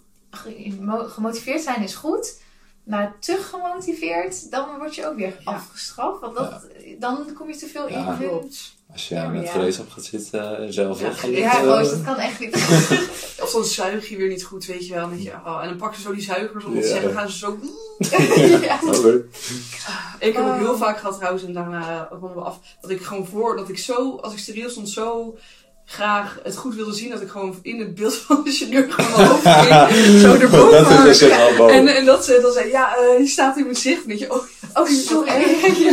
ge- gemotiveerd zijn is goed. Maar te gemotiveerd, dan word je ook weer Ja. afgestraft. Want dat, dan kom je te veel Ja. in hun... Klopt. Als je met Ja. gereedschap gaat zitten en zelf... Ja, op- Ja, eh, Roos, dat kan echt niet. Of dan zuig je weer niet goed, weet je wel. En, dat je, oh, en dan pakken ze zo die zuigers om te Ja. zeggen. gaan ze zo... Ja. Oh, leuk. Ik heb ook Oh. heel vaak gehad trouwens, en daarna ronden we af, dat ik gewoon voor, dat ik zo, als ik steriel stond, zo graag het goed wilde zien, dat ik gewoon in het beeld van de chirurg gewoon mijn hoofd ging, zo erboven Dat is hangen. dus echt allemaal. En, en dat ze dan zei, ja, eh, je staat in mijn zicht. En denk je, oh, Oh, sorry.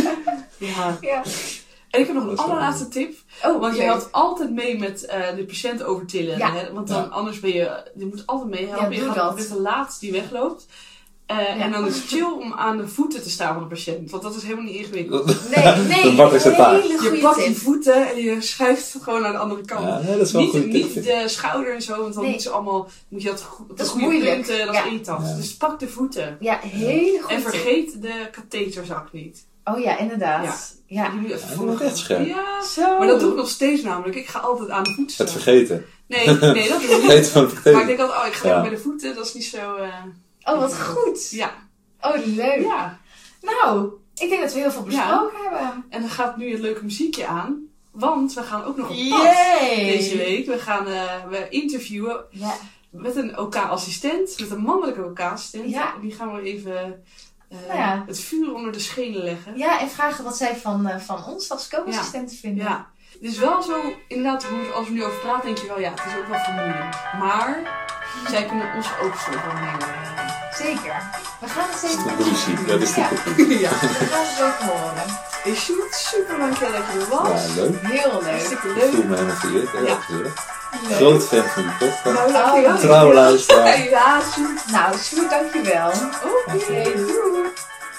ja. Ja. En ik heb nog Dat een is wel allerlaatste tip. Oh, Want je leuk. helpt altijd mee met eh, de patiënt overtillen. Ja. Hè? Want dan, Ja. anders ben je, je moet altijd mee helpen. Ja, je doe gaat dat. met de laatste die wegloopt. Eh, Ja. En dan is het chill om aan de voeten te staan van de patiënt. Want dat is helemaal niet ingewikkeld. Nee, nee. De makkelijkste een taak. hele Je goede pakt die tip. voeten en je schuift het gewoon naar de andere kant. Ja, nee, dat is wel een niet goede niet tip. de schouder en zo, want dan Nee. moet, ze allemaal, moet je dat go- op de Dat is goede moeilijk. punten, dat Ja. is irritant. Ja. Dus pak de voeten. Ja, hele goede En tip. vergeet de katheterzak niet. Oh ja, inderdaad. Ja. Die moet je even Ja, die voor- wordt echt scherp. Ja, Zo. maar dat doe ik nog steeds namelijk. Ik ga altijd aan de voeten staan. Het vergeten. Nee, nee, dat doe ik niet. Vergeten van het Maar ik vergeten. denk altijd, oh, ik ga Ja. lekker bij de voeten, dat is niet zo... eh, Oh, wat goed. Ja. Oh, leuk. ja. Nou, ik denk dat we heel veel besproken hebben. En dan gaat nu het leuke muziekje aan. Want we gaan ook nog op pad Yay! deze week. We gaan eh, we interviewen Ja. met een O K-assistent. Met een mannelijke O K-assistent. Ja. Die gaan we even eh, Nou ja. het vuur onder de schenen leggen. Ja, en vragen wat zij van, eh, van ons als co-assistenten vinden. Ja. Het is wel zo, inderdaad, hoe- als we nu over praten, denk je wel, ja, het is ook wel vermoeiend. Maar zij kunnen ons ook zo van nemen. Zeker. We gaan het Dat is zeker de politie. Dat is de Ja. politie. ja. We gaan het zeker horen. Is Sjoerd, super dankjewel dat je er was. Ja, leuk. Heel leuk. Hartstikke Ik voel leuk. me helemaal vereerd. Heel Ja. erg gezellig. leuk. Groot fan van die podcast. Nou, Oh, dankjewel. Trouwe luisteraar. Ja, Sjoerd. Nou, Sjoerd, dankjewel. Oké, doei.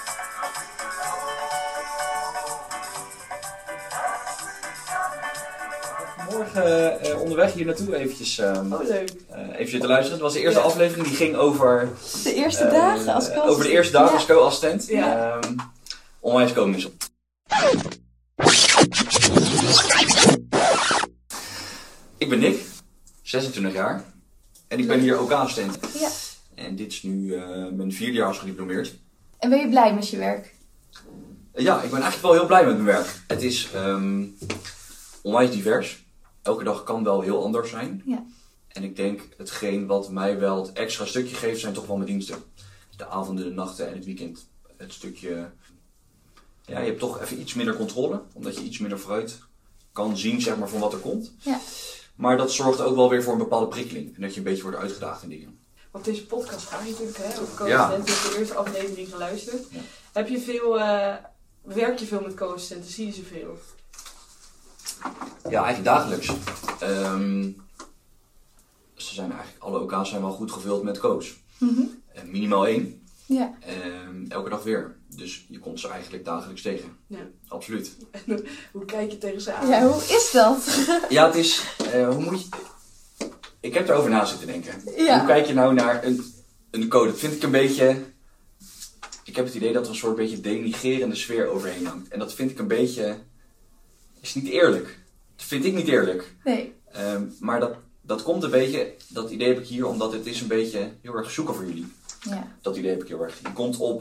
Vanmorgen uh, onderweg hier naartoe eventjes, um, Oh, leuk. uh, even zitten luisteren. Het was de eerste Ja. aflevering die ging over, De eerste uh, dagen als co-assistent. over de eerste dagen als co-assistent. Ja. Um, onwijs komisch. Ik ben Nick, zesentwintig jaar. En ik ben hier ook assistent. Ja. En dit is nu uh, mijn vierde jaar als gediplomeerd. En ben je blij met je werk? Uh, ja, ik ben eigenlijk wel heel blij met mijn werk. Het is um, onwijs divers. Elke dag kan wel heel anders zijn. Ja. En ik denk, hetgeen wat mij wel het extra stukje geeft, zijn toch wel mijn diensten. De avonden, de nachten en het weekend. Het stukje... Ja, je hebt toch even iets minder controle. Omdat je iets minder vooruit kan zien, zeg maar, van wat er komt. Ja. Maar dat zorgt ook wel weer voor een bepaalde prikkeling. En dat je een beetje wordt uitgedaagd in dingen. Want deze podcast gaat natuurlijk hè, over co-assistent. Ja. Je hebt de eerste aflevering geluisterd. Ja. Heb je veel, uh, werk je veel met co-assistenten? Zie je ze veel? Ja, eigenlijk dagelijks. Um, ze zijn eigenlijk, alle O K's zijn wel goed gevuld met co's. Mm-hmm. Uh, minimaal één. Ja. Um, elke dag weer. Dus je komt ze eigenlijk dagelijks tegen. Ja. Absoluut. En hoe kijk je tegen ze aan? Ja, hoe is dat? Ja, het is... Uh, hoe moet je... Ik heb erover na zitten denken. Ja. Hoe kijk je nou naar een, een co? Dat vind ik een beetje... Ik heb het idee dat er een soort beetje denigrerende sfeer overheen hangt. En dat vind ik een beetje... Is niet eerlijk. Dat vind ik niet eerlijk. Nee. Um, maar dat, dat komt een beetje... Dat idee heb ik hier omdat het is een beetje heel erg zoeken voor jullie. Ja. Dat idee heb ik heel erg. Je komt op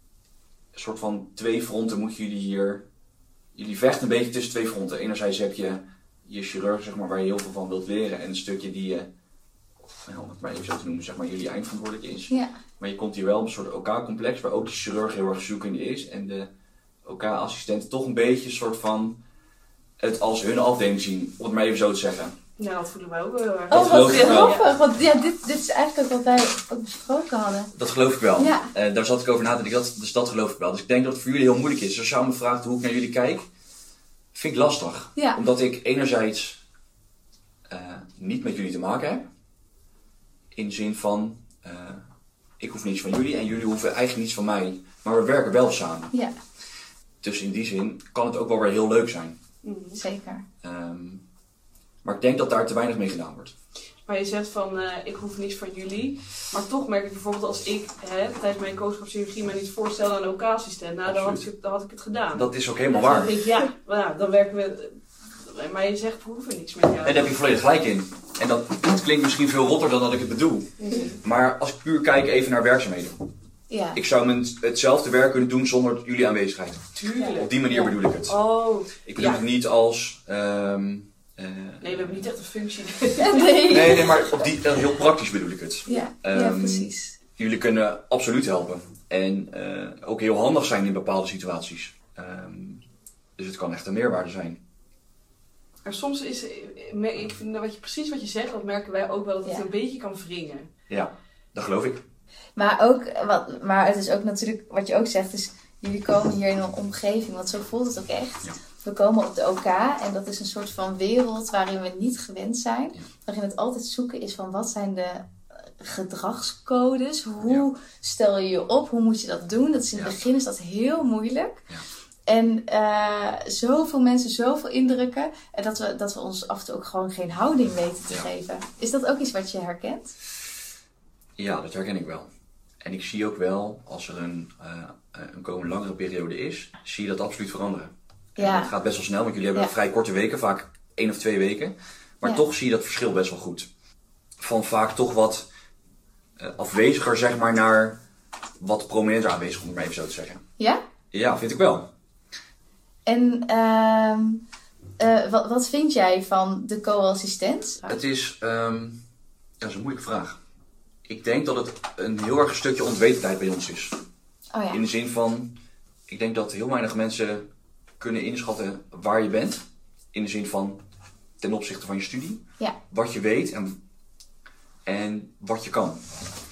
een soort van twee fronten moet jullie hier... Jullie vechten een beetje tussen twee fronten. Enerzijds heb je je chirurg, zeg maar, waar je heel veel van wilt leren. En een stukje die je, nou, om het maar even zo te noemen, zeg maar, jullie eindverantwoordelijk is. Ja. Maar je komt hier wel op een soort O K-complex, waar ook de chirurg heel erg zoekende is. En de O K-assistent toch een beetje een soort van het als hun afdeling zien. Om het maar even zo te zeggen. Nou, dat voelen wij ook wel heel erg. Dat Oh, wat geloof ik wel. grappig. Want ja, dit, dit is eigenlijk ook wat wij ook besproken hadden. Dat geloof ik wel. Ja. Uh, daar zat ik over na te denken. Dat, dus dat geloof ik wel. Dus ik denk dat het voor jullie heel moeilijk is. Dus als je me vraagt hoe ik naar jullie kijk, vind ik lastig. Ja. Omdat ik enerzijds uh, niet met jullie te maken heb. In de zin van, uh, ik hoef niets van jullie en jullie hoeven eigenlijk niets van mij. Maar we werken wel samen. Ja, Dus in die zin kan het ook wel weer heel leuk zijn. Mhm. zeker. Um, maar ik denk dat daar te weinig mee gedaan wordt. Maar je zegt van, uh, ik hoef niets van jullie. Maar toch merk ik bijvoorbeeld als ik hè, tijdens mijn coachschapschirurgie mij niet voorstelde aan een O K-assistent. Nou, dan had, ik, dan had ik het gedaan. Dat is ook helemaal Dan waar. denk ik, ja, nou, dan werken we... Maar je zegt, we hoeven niks met jou. En daar heb je volledig gelijk in. En dat klinkt misschien veel rotter dan dat ik het bedoel. Mhm. Maar als ik puur kijk even naar werkzaamheden. Ja. Ik zou mijn, hetzelfde werk kunnen doen zonder jullie aanwezigheid. Tuurlijk. Op die manier Ja. bedoel ik het. Oh, Ik bedoel ja. het niet als... Um, uh, nee, we hebben niet echt een functie. Nee. nee, nee, maar op die, uh, heel praktisch bedoel ik het. Ja, ja, Ehm, precies. Jullie kunnen absoluut helpen. En uh, ook heel handig zijn in bepaalde situaties. Um, dus het kan echt een meerwaarde zijn. Maar soms is, ik vind wat je, precies wat je zegt, dat merken wij ook wel, dat het Ja. een beetje kan wringen. Ja, dat geloof ik. Maar, ook, wat, maar het is ook natuurlijk, wat je ook zegt, is jullie komen hier in een omgeving, want zo voelt het ook echt. Ja. We komen op de O K en dat is een soort van wereld waarin we niet gewend zijn. Ja. Waarin het altijd zoeken is van wat zijn de gedragscodes, hoe stel je je op, hoe moet je dat doen. Dat is in het Ja. begin is dat heel moeilijk. Ja. En uh, zoveel mensen, zoveel indrukken. En dat we, dat we ons af en toe ook gewoon geen houding weten te Ja. geven. Is dat ook iets wat je herkent? Ja, dat herken ik wel. En ik zie ook wel, als er een, uh, een komende langere periode is, zie je dat absoluut veranderen. En Ja. dat gaat best wel snel, want jullie hebben Ja. vrij korte weken, vaak één of twee weken. Maar Ja. toch zie je dat verschil best wel goed. Van vaak toch wat uh, afweziger, zeg maar, naar wat prominenter aanwezig, om het maar even zo te zeggen. Ja? Ja, vind ik wel. En uh, uh, wat, wat vind jij van de co-assistent? Het is, um, dat is een moeilijke vraag. Ik denk dat het een heel erg een stukje onwetendheid bij ons is. Oh ja. In de zin van, ik denk dat heel weinig mensen kunnen inschatten waar je bent. In de zin van, ten opzichte van je studie. Ja. Wat je weet en, en wat je kan.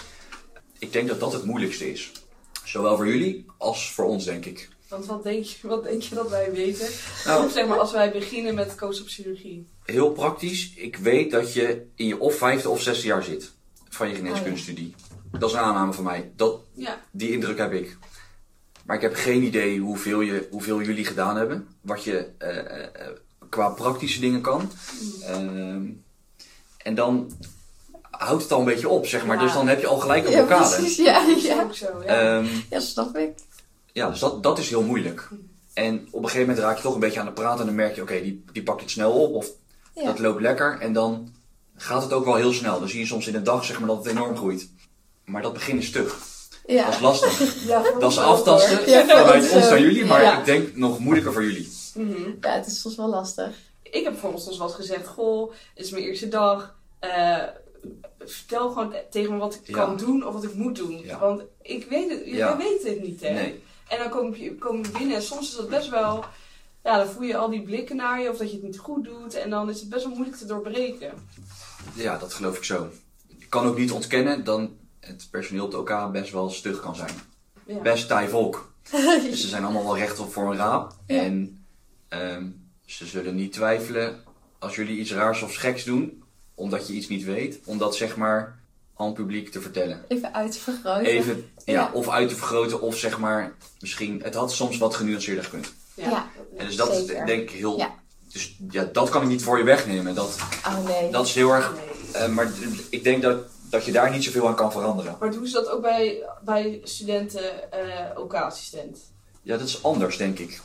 Ik denk dat dat het moeilijkste is. Zowel voor jullie als voor ons, denk ik. Want wat denk je, wat denk je dat wij weten? Nou, Zeg maar, als wij beginnen met coachschapschirurgie. heel praktisch. Ik weet dat je in je of vijfde of zesde jaar zit. Van je Oh geneeskundestudie. Dat is een aanname van mij. Dat, Ja. die indruk heb ik. Maar ik heb geen idee hoeveel, je, hoeveel jullie gedaan hebben. Wat je uh, uh, qua praktische dingen kan. Uh, en dan houdt het al een beetje op, zeg maar. Ja. Dus dan heb je al gelijk een Ja, blokkade. precies. Ja, Dat is ja. ook zo, ja. Um, Ja, snap ik. ja, dus dat, dat is heel moeilijk. En op een gegeven moment raak je toch een beetje aan de praten. En dan merk je, oké, okay, die, die pakt het snel op. Of Ja. dat loopt lekker. En dan gaat het ook wel heel snel. Dan zie je soms in een dag, zeg maar, dat het enorm groeit. Maar dat begin is stug. Ja. Dat is lastig. Ja, voor Dat ons is ook, aftasten. hoor. Ja, voor Vanuit ons, ons eh, naar jullie. Maar ja. ik denk nog moeilijker voor jullie. Mhm. Ja, het is soms wel lastig. Ik heb bijvoorbeeld soms wel eens gezegd, goh, het is mijn eerste dag. Uh, vertel gewoon tegen me wat ik Ja. kan doen of wat ik moet doen. Ja. Want ik weet het, Ja. wij weten het niet, hè. Nee. En dan kom je, kom je binnen en soms is dat best wel... Ja, dan voel je al die blikken naar je of dat je het niet goed doet. En dan is het best wel moeilijk te doorbreken. Ja, dat geloof ik zo. Ik kan ook niet ontkennen dat het personeel op de O K best wel stug kan zijn. Ja. Best taai volk. Dus ze zijn allemaal wel recht op voor een raap. Ja. En um, ze zullen niet twijfelen als jullie iets raars of geks doen, omdat je iets niet weet, om dat zeg maar aan het publiek te vertellen. Even uit te vergroten. Even, ja, Ja. of uit te vergroten, of zeg maar, misschien, het had soms wat genuanceerder gekund. Ja. Ja. En dus dat Zeker. is denk ik heel, Ja. dus ja, dat kan ik niet voor je wegnemen. Dat, Oh nee. dat is heel erg, Nee. uh, maar ik denk dat, dat je daar niet zoveel aan kan veranderen. Maar doen ze dat ook bij, bij studenten uh, O K-assistent? Ja, dat is anders, denk ik.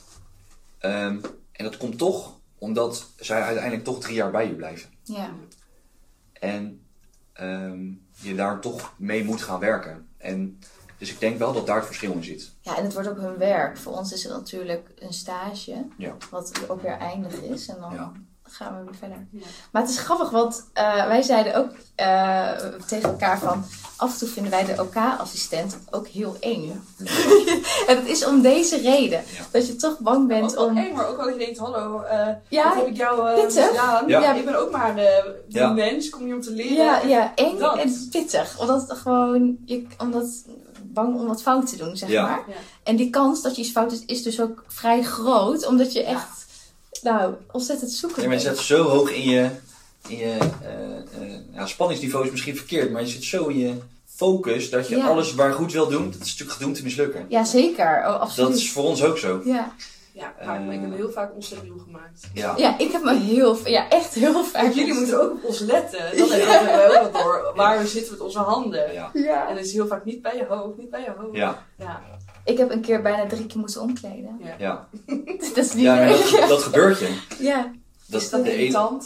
Um, en dat komt toch omdat zij uiteindelijk toch drie jaar bij je blijven. Ja. En um, je daar toch mee moet gaan werken. En dus ik denk wel dat daar het verschil in zit. Ja, en het wordt ook hun werk. Voor ons is het natuurlijk een stage, Ja. wat ook weer eindig is. En dan Ja. gaan we weer verder. Ja. Maar het is grappig, want uh, wij zeiden ook uh, tegen elkaar van... af en toe vinden wij de O K-assistent ook heel eng. En dat is om deze reden. Ja. Dat je toch bang bent Ook wel om... eng, maar ook wel dat je denkt, hallo, uh, Ja, wat heb ik jou uh, pittig. gedaan? Ja. Ja. Ik ben ook maar uh, die Ja. mens, kom je om te leren. Ja, ja, eng Dat. en pittig. Omdat het gewoon... Je, omdat bang om wat fout te doen, zeg Ja. maar. Ja. En die kans dat je iets fout doet, is dus ook vrij groot. Omdat je echt... Nou, ontzettend zoeken Ja, maar je bent. zit zo hoog in je, in je uh, uh, ja, spanningsniveau is misschien verkeerd, maar je zit zo in je focus dat je Ja. alles waar goed wil doen, dat is natuurlijk gedoemd te mislukken. Ja, zeker. Oh, absoluut. Dat is voor ons ook zo. Ja. Ja, maar ik heb me heel vaak onstabiel gemaakt. Ja. ja, ik heb me heel... Ja, echt heel vaak... Want jullie moeten ook op ons letten. Dat hebben we ook wel door. Waar we zitten met onze handen. Ja. Ja. En het is heel vaak niet bij je hoofd, niet bij je hoofd. Ja. Ja. Ik heb een keer bijna drie keer moeten omkleden. Ja. Ja. Dat is niet Ja, maar leuk. dat, dat gebeurt je. Ja. Dat Is dat de ene- irritant?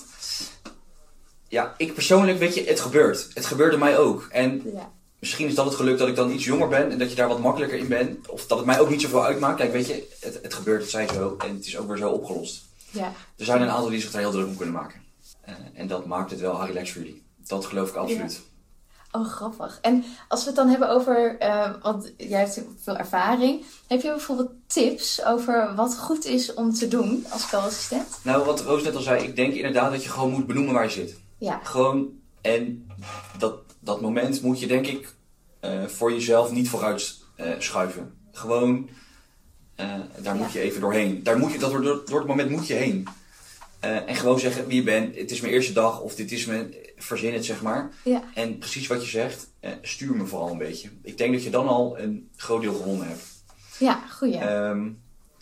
Ja, ik persoonlijk, weet je, het gebeurt. Het gebeurde mij ook. En Ja. misschien is dat het geluk dat ik dan iets jonger ben en dat je daar wat makkelijker in bent. Of dat het mij ook niet zoveel uitmaakt. Kijk, weet je, het, het gebeurt, het zij zo. En het is ook weer zo opgelost. Ja. Er zijn een aantal die zich daar heel druk om kunnen maken. Uh, en dat maakt het wel relaxed voor jullie. Dat geloof ik absoluut. Oh, grappig. En als we het dan hebben over... Uh, want jij hebt veel ervaring. Heb je bijvoorbeeld tips over wat goed is om te doen als co-assistent? Nou, wat Roos net al zei. Ik denk inderdaad dat je gewoon moet benoemen waar je zit. Ja. Gewoon, en dat, dat moment moet je denk ik uh, voor jezelf niet vooruit uh, schuiven. Gewoon, uh, daar Ja. moet je even doorheen. Daar moet je, dat door, door het moment moet je heen. Uh, en gewoon zeggen wie je bent. Het is mijn eerste dag of dit is mijn... Verzin het, zeg maar. Ja. En precies wat je zegt, uh, stuur me vooral een beetje. Ik denk dat je dan al een groot deel gewonnen hebt. Ja, goeie. Um,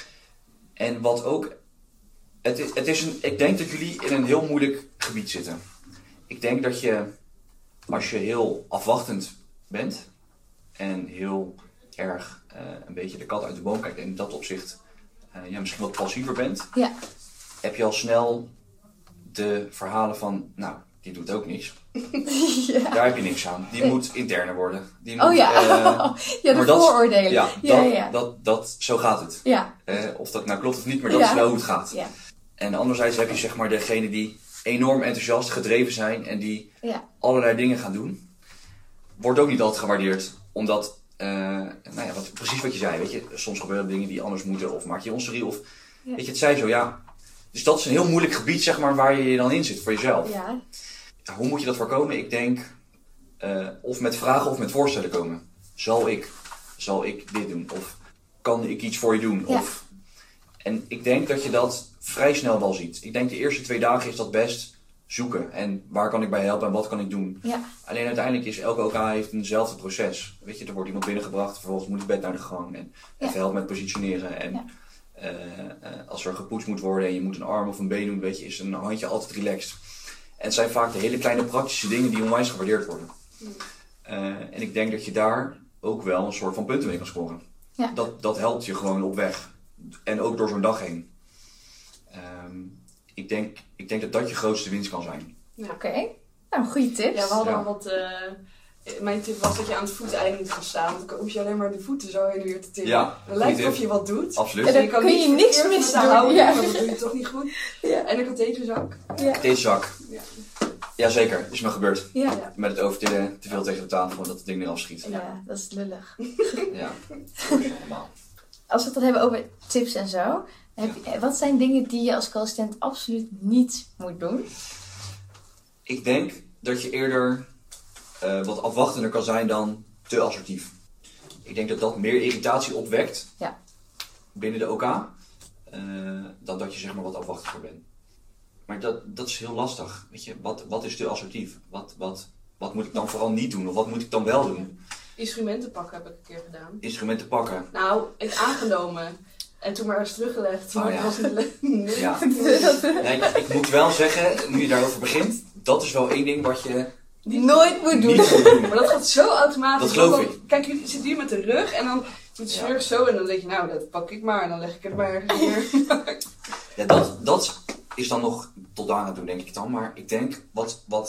en wat ook... Het is, het is een, ik denk dat jullie in een heel moeilijk gebied zitten. Ik denk dat je, als je heel afwachtend bent en heel erg uh, een beetje de kat uit de boom kijkt en in dat opzicht uh, ja, misschien wat passiever bent, Ja. heb je al snel de verhalen van, nou, die doet ook niks. Ja. Daar heb je niks aan. Die moet interner worden. Die Oh moet, ja. uh, Ja, de maar dat- vooroordelen. ja, ja, dat, ja. Dat, dat, zo gaat het. Ja. Uh, of dat nou klopt of niet, maar dat Ja. is wel hoe het gaat. Ja. En anderzijds heb je zeg maar degene die enorm enthousiast gedreven zijn en die Ja. allerlei dingen gaan doen. Wordt ook niet altijd gewaardeerd, omdat, uh, nou ja, wat, precies wat je zei, weet je, soms gebeuren dingen die anders moeten of maak je onserie of, Ja. weet je, het zei zo, ja. Dus dat is een heel moeilijk gebied, zeg maar, waar je je dan in zit voor jezelf. Ja. Ja, hoe moet je dat voorkomen? Ik denk, uh, of met vragen of met voorstellen komen. Zal ik, zal ik dit doen? Of kan ik iets voor je doen? Ja. Of, en ik denk dat je dat vrij snel wel ziet. Ik denk de eerste twee dagen is dat best zoeken. En waar kan ik bij helpen en wat kan ik doen? Ja. Alleen uiteindelijk is elke O K heeft eenzelfde proces. Weet je, er wordt iemand binnengebracht, vervolgens moet het bed naar de gang. En Ja. even helpen met positioneren. En Ja. uh, uh, als er gepoetst moet worden en je moet een arm of een been doen, weet je, is een handje altijd relaxed. En het zijn vaak de hele kleine praktische dingen die onwijs gewaardeerd worden. Mm. Uh, en ik denk dat je daar ook wel een soort van punten mee kan scoren. Ja. Dat, dat helpt je gewoon op weg. En ook door zo'n dag heen. Um, ik, denk, ik denk dat dat je grootste winst kan zijn. Ja. Oké. Nou, goede tips. Ja, we hadden Ja. al wat... Uh, mijn tip was dat je aan het voeteinde moet gaan staan. Want dan hoef je alleen maar de voeten zo heen en weer te tillen. Ja, Dan lijkt het goeie of je wat doet. Absoluut. Ja, dan je kan kun je niet niks verkeerd mis met de doen, houding, ja. want dat doe je toch niet goed. Ja. En een katheterzak. Ja. Deze zak. Ja. Jazeker, is me gebeurd. Ja. Ja. Met het overtillen te veel tegen de tafel, dat het ding eraf schiet. Ja, dat is lullig. Ja, dat is allemaal. Als we het dan hebben over tips en zo. Heb je, wat zijn dingen die je als co-assistent absoluut niet moet doen? Ik denk dat je eerder uh, wat afwachtender kan zijn dan te assertief. Ik denk dat dat meer irritatie opwekt Ja. binnen de O K, uh, dan dat je zeg maar wat afwachtiger bent. Maar dat, dat is heel lastig. Weet je, wat, wat is te assertief? Wat, wat, wat moet ik dan vooral niet doen? Of wat moet ik dan wel doen? Instrumenten pakken heb ik een keer gedaan. Instrumenten pakken. Nou, ik aangenomen. En toen maar eens teruggelegd. Maar Oh, het ja. was niet leuk. Nee. Ja. Nee, ik moet wel zeggen, nu je daarover begint, dat is wel één ding wat je Niet Nooit moet doen. niet moet doen. Maar dat gaat zo automatisch. Dat geloof Want dan- ik. Kijk, je zit hier met de rug en dan doet de Ja. rug zo en dan denk je, nou, dat pak ik maar. En dan leg ik het maar ergens neer. Ja, dat, dat is dan nog tot daar aan toe, denk ik dan. Maar ik denk, wat, wat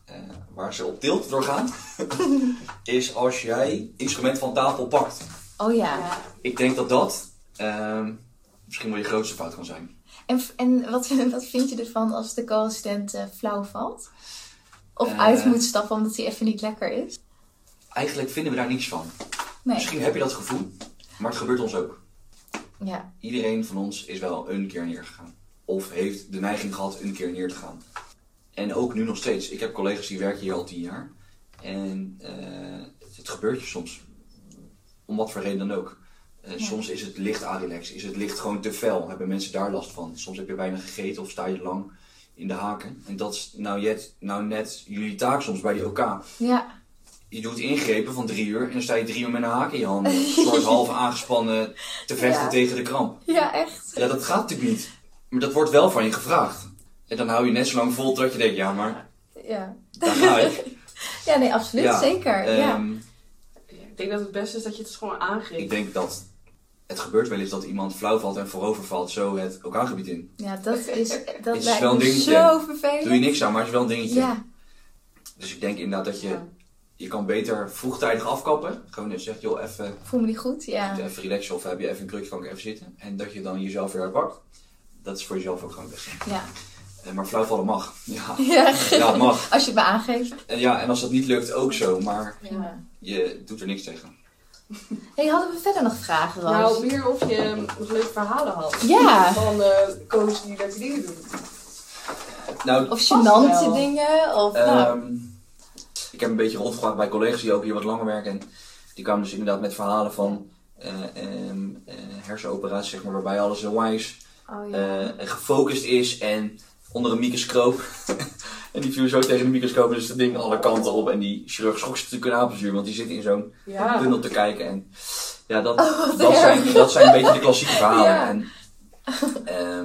uh, waar ze op tilt doorgaan, is als jij instrument van tafel pakt. Oh ja. Ja. Ik denk dat dat uh, misschien wel je grootste fout kan zijn. En, en wat, wat vind je ervan als de co-assistent uh, flauw valt? Of Uh, uit moet stappen omdat hij even niet lekker is? Eigenlijk vinden we daar niets van. Nee. Misschien heb je dat gevoel, maar het gebeurt ons ook. Ja. Iedereen van ons is wel een keer neergegaan. Of heeft de neiging gehad een keer neer te gaan. En ook nu nog steeds. Ik heb collega's die werken hier al tien jaar. En uh, het, het gebeurt je soms. Om wat voor reden dan ook. Uh, Ja. Soms is het licht arilex. Is het licht gewoon te fel. Hebben mensen daar last van. Soms heb je weinig gegeten of sta je lang in de haken. En dat is nou net, nou net jullie taak soms bij die O K. Ja. Je doet ingrepen van drie uur en dan sta je drie uur met een haak in je handen. Een soort half aangespannen te vechten Ja. tegen de kramp. Ja, echt. Ja, dat gaat natuurlijk niet. Maar dat wordt wel van je gevraagd. En dan hou je net zo lang vol totdat je denkt, ja, maar Ja. daar ga ik. Ja, nee, absoluut. Ja, Zeker. ja. Ehm, Ik denk dat het beste is dat je het gewoon aangeeft. ik denk dat het gebeurt wel eens dat iemand flauw valt en voorover valt zo het O K-gebied in. ja, dat is, dat is lijkt wel een me dingetje. zo vervelend. Doe je niks aan, maar het is wel een dingetje. Ja. Dus ik denk inderdaad dat je, Ja. je kan beter vroegtijdig afkappen. Gewoon dus zegt, joh, even, Voel me niet goed. Ja. even relaxen of heb je even een krukje, kan ik even zitten. En dat je dan jezelf weer herpakt. Dat is voor jezelf ook gewoon het beste. Ja. Eh, maar flauwvallen mag. Ja, Ja. ja het mag. Als je het me aangeeft. En, ja, en als dat niet lukt, ook zo. Maar Ja. je doet er niks tegen. Hey, hadden we verder nog vragen, Roos? Nou, meer of je nog leuke verhalen had. Ja. Van uh, coaches die leuke dingen doen. Nou, Of Vast gênante wel. dingen. Of, nou. Ehm, ik heb een beetje rondgevraagd bij collega's die ook hier wat langer werken. En die kwamen dus inderdaad met verhalen van uh, um, uh, hersenoperaties, zeg maar, waarbij alles onwijs Oh, ja. uh, gefocust is en onder een microscoop. En die viel zo tegen de microscoop, dus dat ding alle kanten op. En die chirurg schrok zich natuurlijk een apenzuur, want die zit in zo'n Ja. tunnel te kijken. En ja, dat, Oh, wat dat, erg. zijn, dat zijn een beetje de klassieke verhalen. Ja. En, ehm,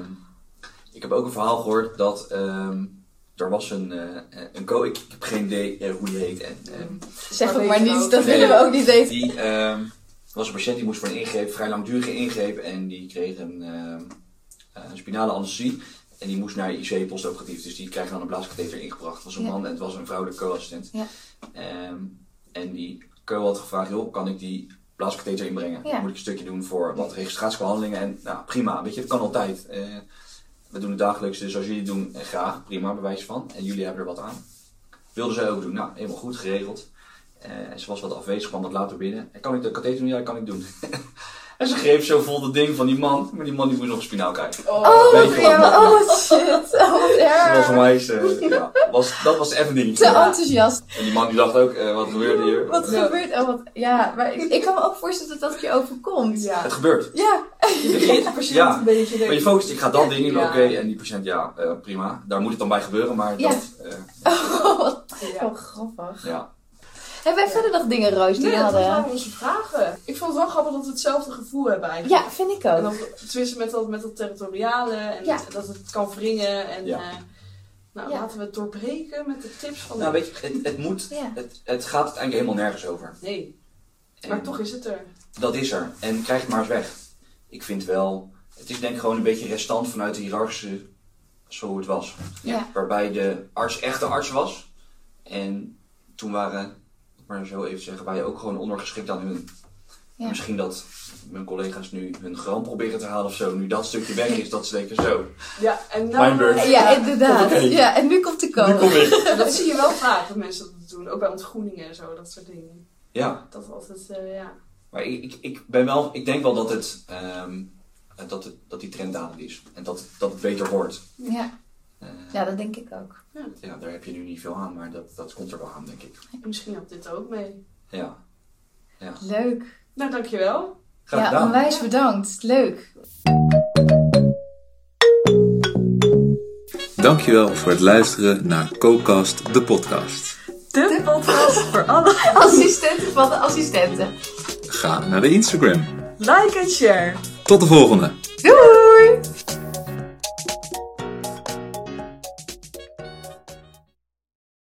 ik heb ook een verhaal gehoord dat ehm, er was een, uh, een co, ik, ik heb geen idee uh, hoe die heet. En, ehm, Zeg Maar het maar weet je niet, ook- dat Nee. willen we ook niet weten. die ehm, was een patiënt die moest voor een ingreep, vrij langdurige ingreep. En die kreeg een, ehm, een spinale anesthesie. En die moest naar I C postoperatief, dus die krijgt dan een blaaskatheter ingebracht. Het was een Ja. man en het was een vrouwelijke co-assistent. Ja. Ehm, en die co had gevraagd, joh, kan ik die blaaskatheter inbrengen? Ja. Dan moet ik een stukje doen voor wat registratiebehandelingen. En nou, prima, weet je, het kan altijd. Eh, we doen het dagelijks, dus als jullie het doen, eh, graag, prima, bewijs van. En jullie hebben er wat aan. Wilden zij ook doen, nou, helemaal goed, geregeld. Eh, en ze was wat afwezig, kwam wat later binnen. En kan ik de katheter doen? Ja, dat kan ik doen. En ze greep zo vol het ding van die man, maar die man die moest nog een spinaal krijgen. Oh, Weet je ja, wat? maar- oh shit. Oh, wat Dat was erg. een wijs, eh, ja, was, dat was even een dingetje. Te enthousiast. En die man die dacht ook, eh, wat gebeurde hier? Wat Ja. gebeurt er? Wat, ja, maar ik, ik kan me ook voorstellen dat dat je overkomt. Ja. Het gebeurt. Ja. Je begint de patiënt Ja. een beetje Maar je denken. focust, ik ga dat ding doen, Ja. oké. En die patiënt, ja, eh, prima. Daar moet het dan bij gebeuren, maar Ja. dat, eh, Oh, wat Ja. oh, grappig. ja. Hebben wij verder nog dingen, Roos, die Nee, we dat hadden? waren onze vragen. Ik vond het wel grappig dat we hetzelfde gevoel hebben eigenlijk. Ja, vind ik En ook. dat, tenminste met dat, met dat territoriale en Ja. dat het kan wringen. En Ja. eh, nou, Ja. laten we het doorbreken met de tips van Nou, de... weet je, het, het moet, Ja. het, het gaat uiteindelijk helemaal nergens over. Nee, En maar toch is het er. Dat is er. En krijg het maar eens weg. Ik vind wel, het is denk ik gewoon een beetje restant vanuit de hiërarchische, zo hoe het was. Ja. Waarbij de arts echt de arts was. En toen waren, maar zo even zeggen, wij ook gewoon ondergeschikt aan hun. Ja. Misschien dat mijn collega's nu hun gram proberen te halen of zo. Nu dat stukje weg is, dat ze denken zo. Ja, en Mijn nou, beurt. Ja, inderdaad. Oké. Ja, en nu komt de Nu code. kom ik. dat zie je wel vaak dat mensen dat doen. Ook bij ontgroeningen en zo, dat soort dingen. Ja, Dat altijd, eh, ja. maar ik, ik, ik ben wel, ik denk wel dat het, ehm, dat, het dat die trend dalend is. En dat, dat het beter wordt. Ja. Eh, ja, dat denk ik ook. ja, daar heb je nu niet veel aan, maar dat, dat komt er wel aan, denk ik. En misschien helpt dit er ook mee. Ja. Ja. Leuk. Nou, dankjewel. Graag Ja, gedaan. onwijs bedankt. Leuk. Dankjewel voor het luisteren naar CoCast, de podcast. De podcast voor alle. Assistenten van de assistenten. Ga naar de Instagram. Like en share. Tot de volgende! Doei!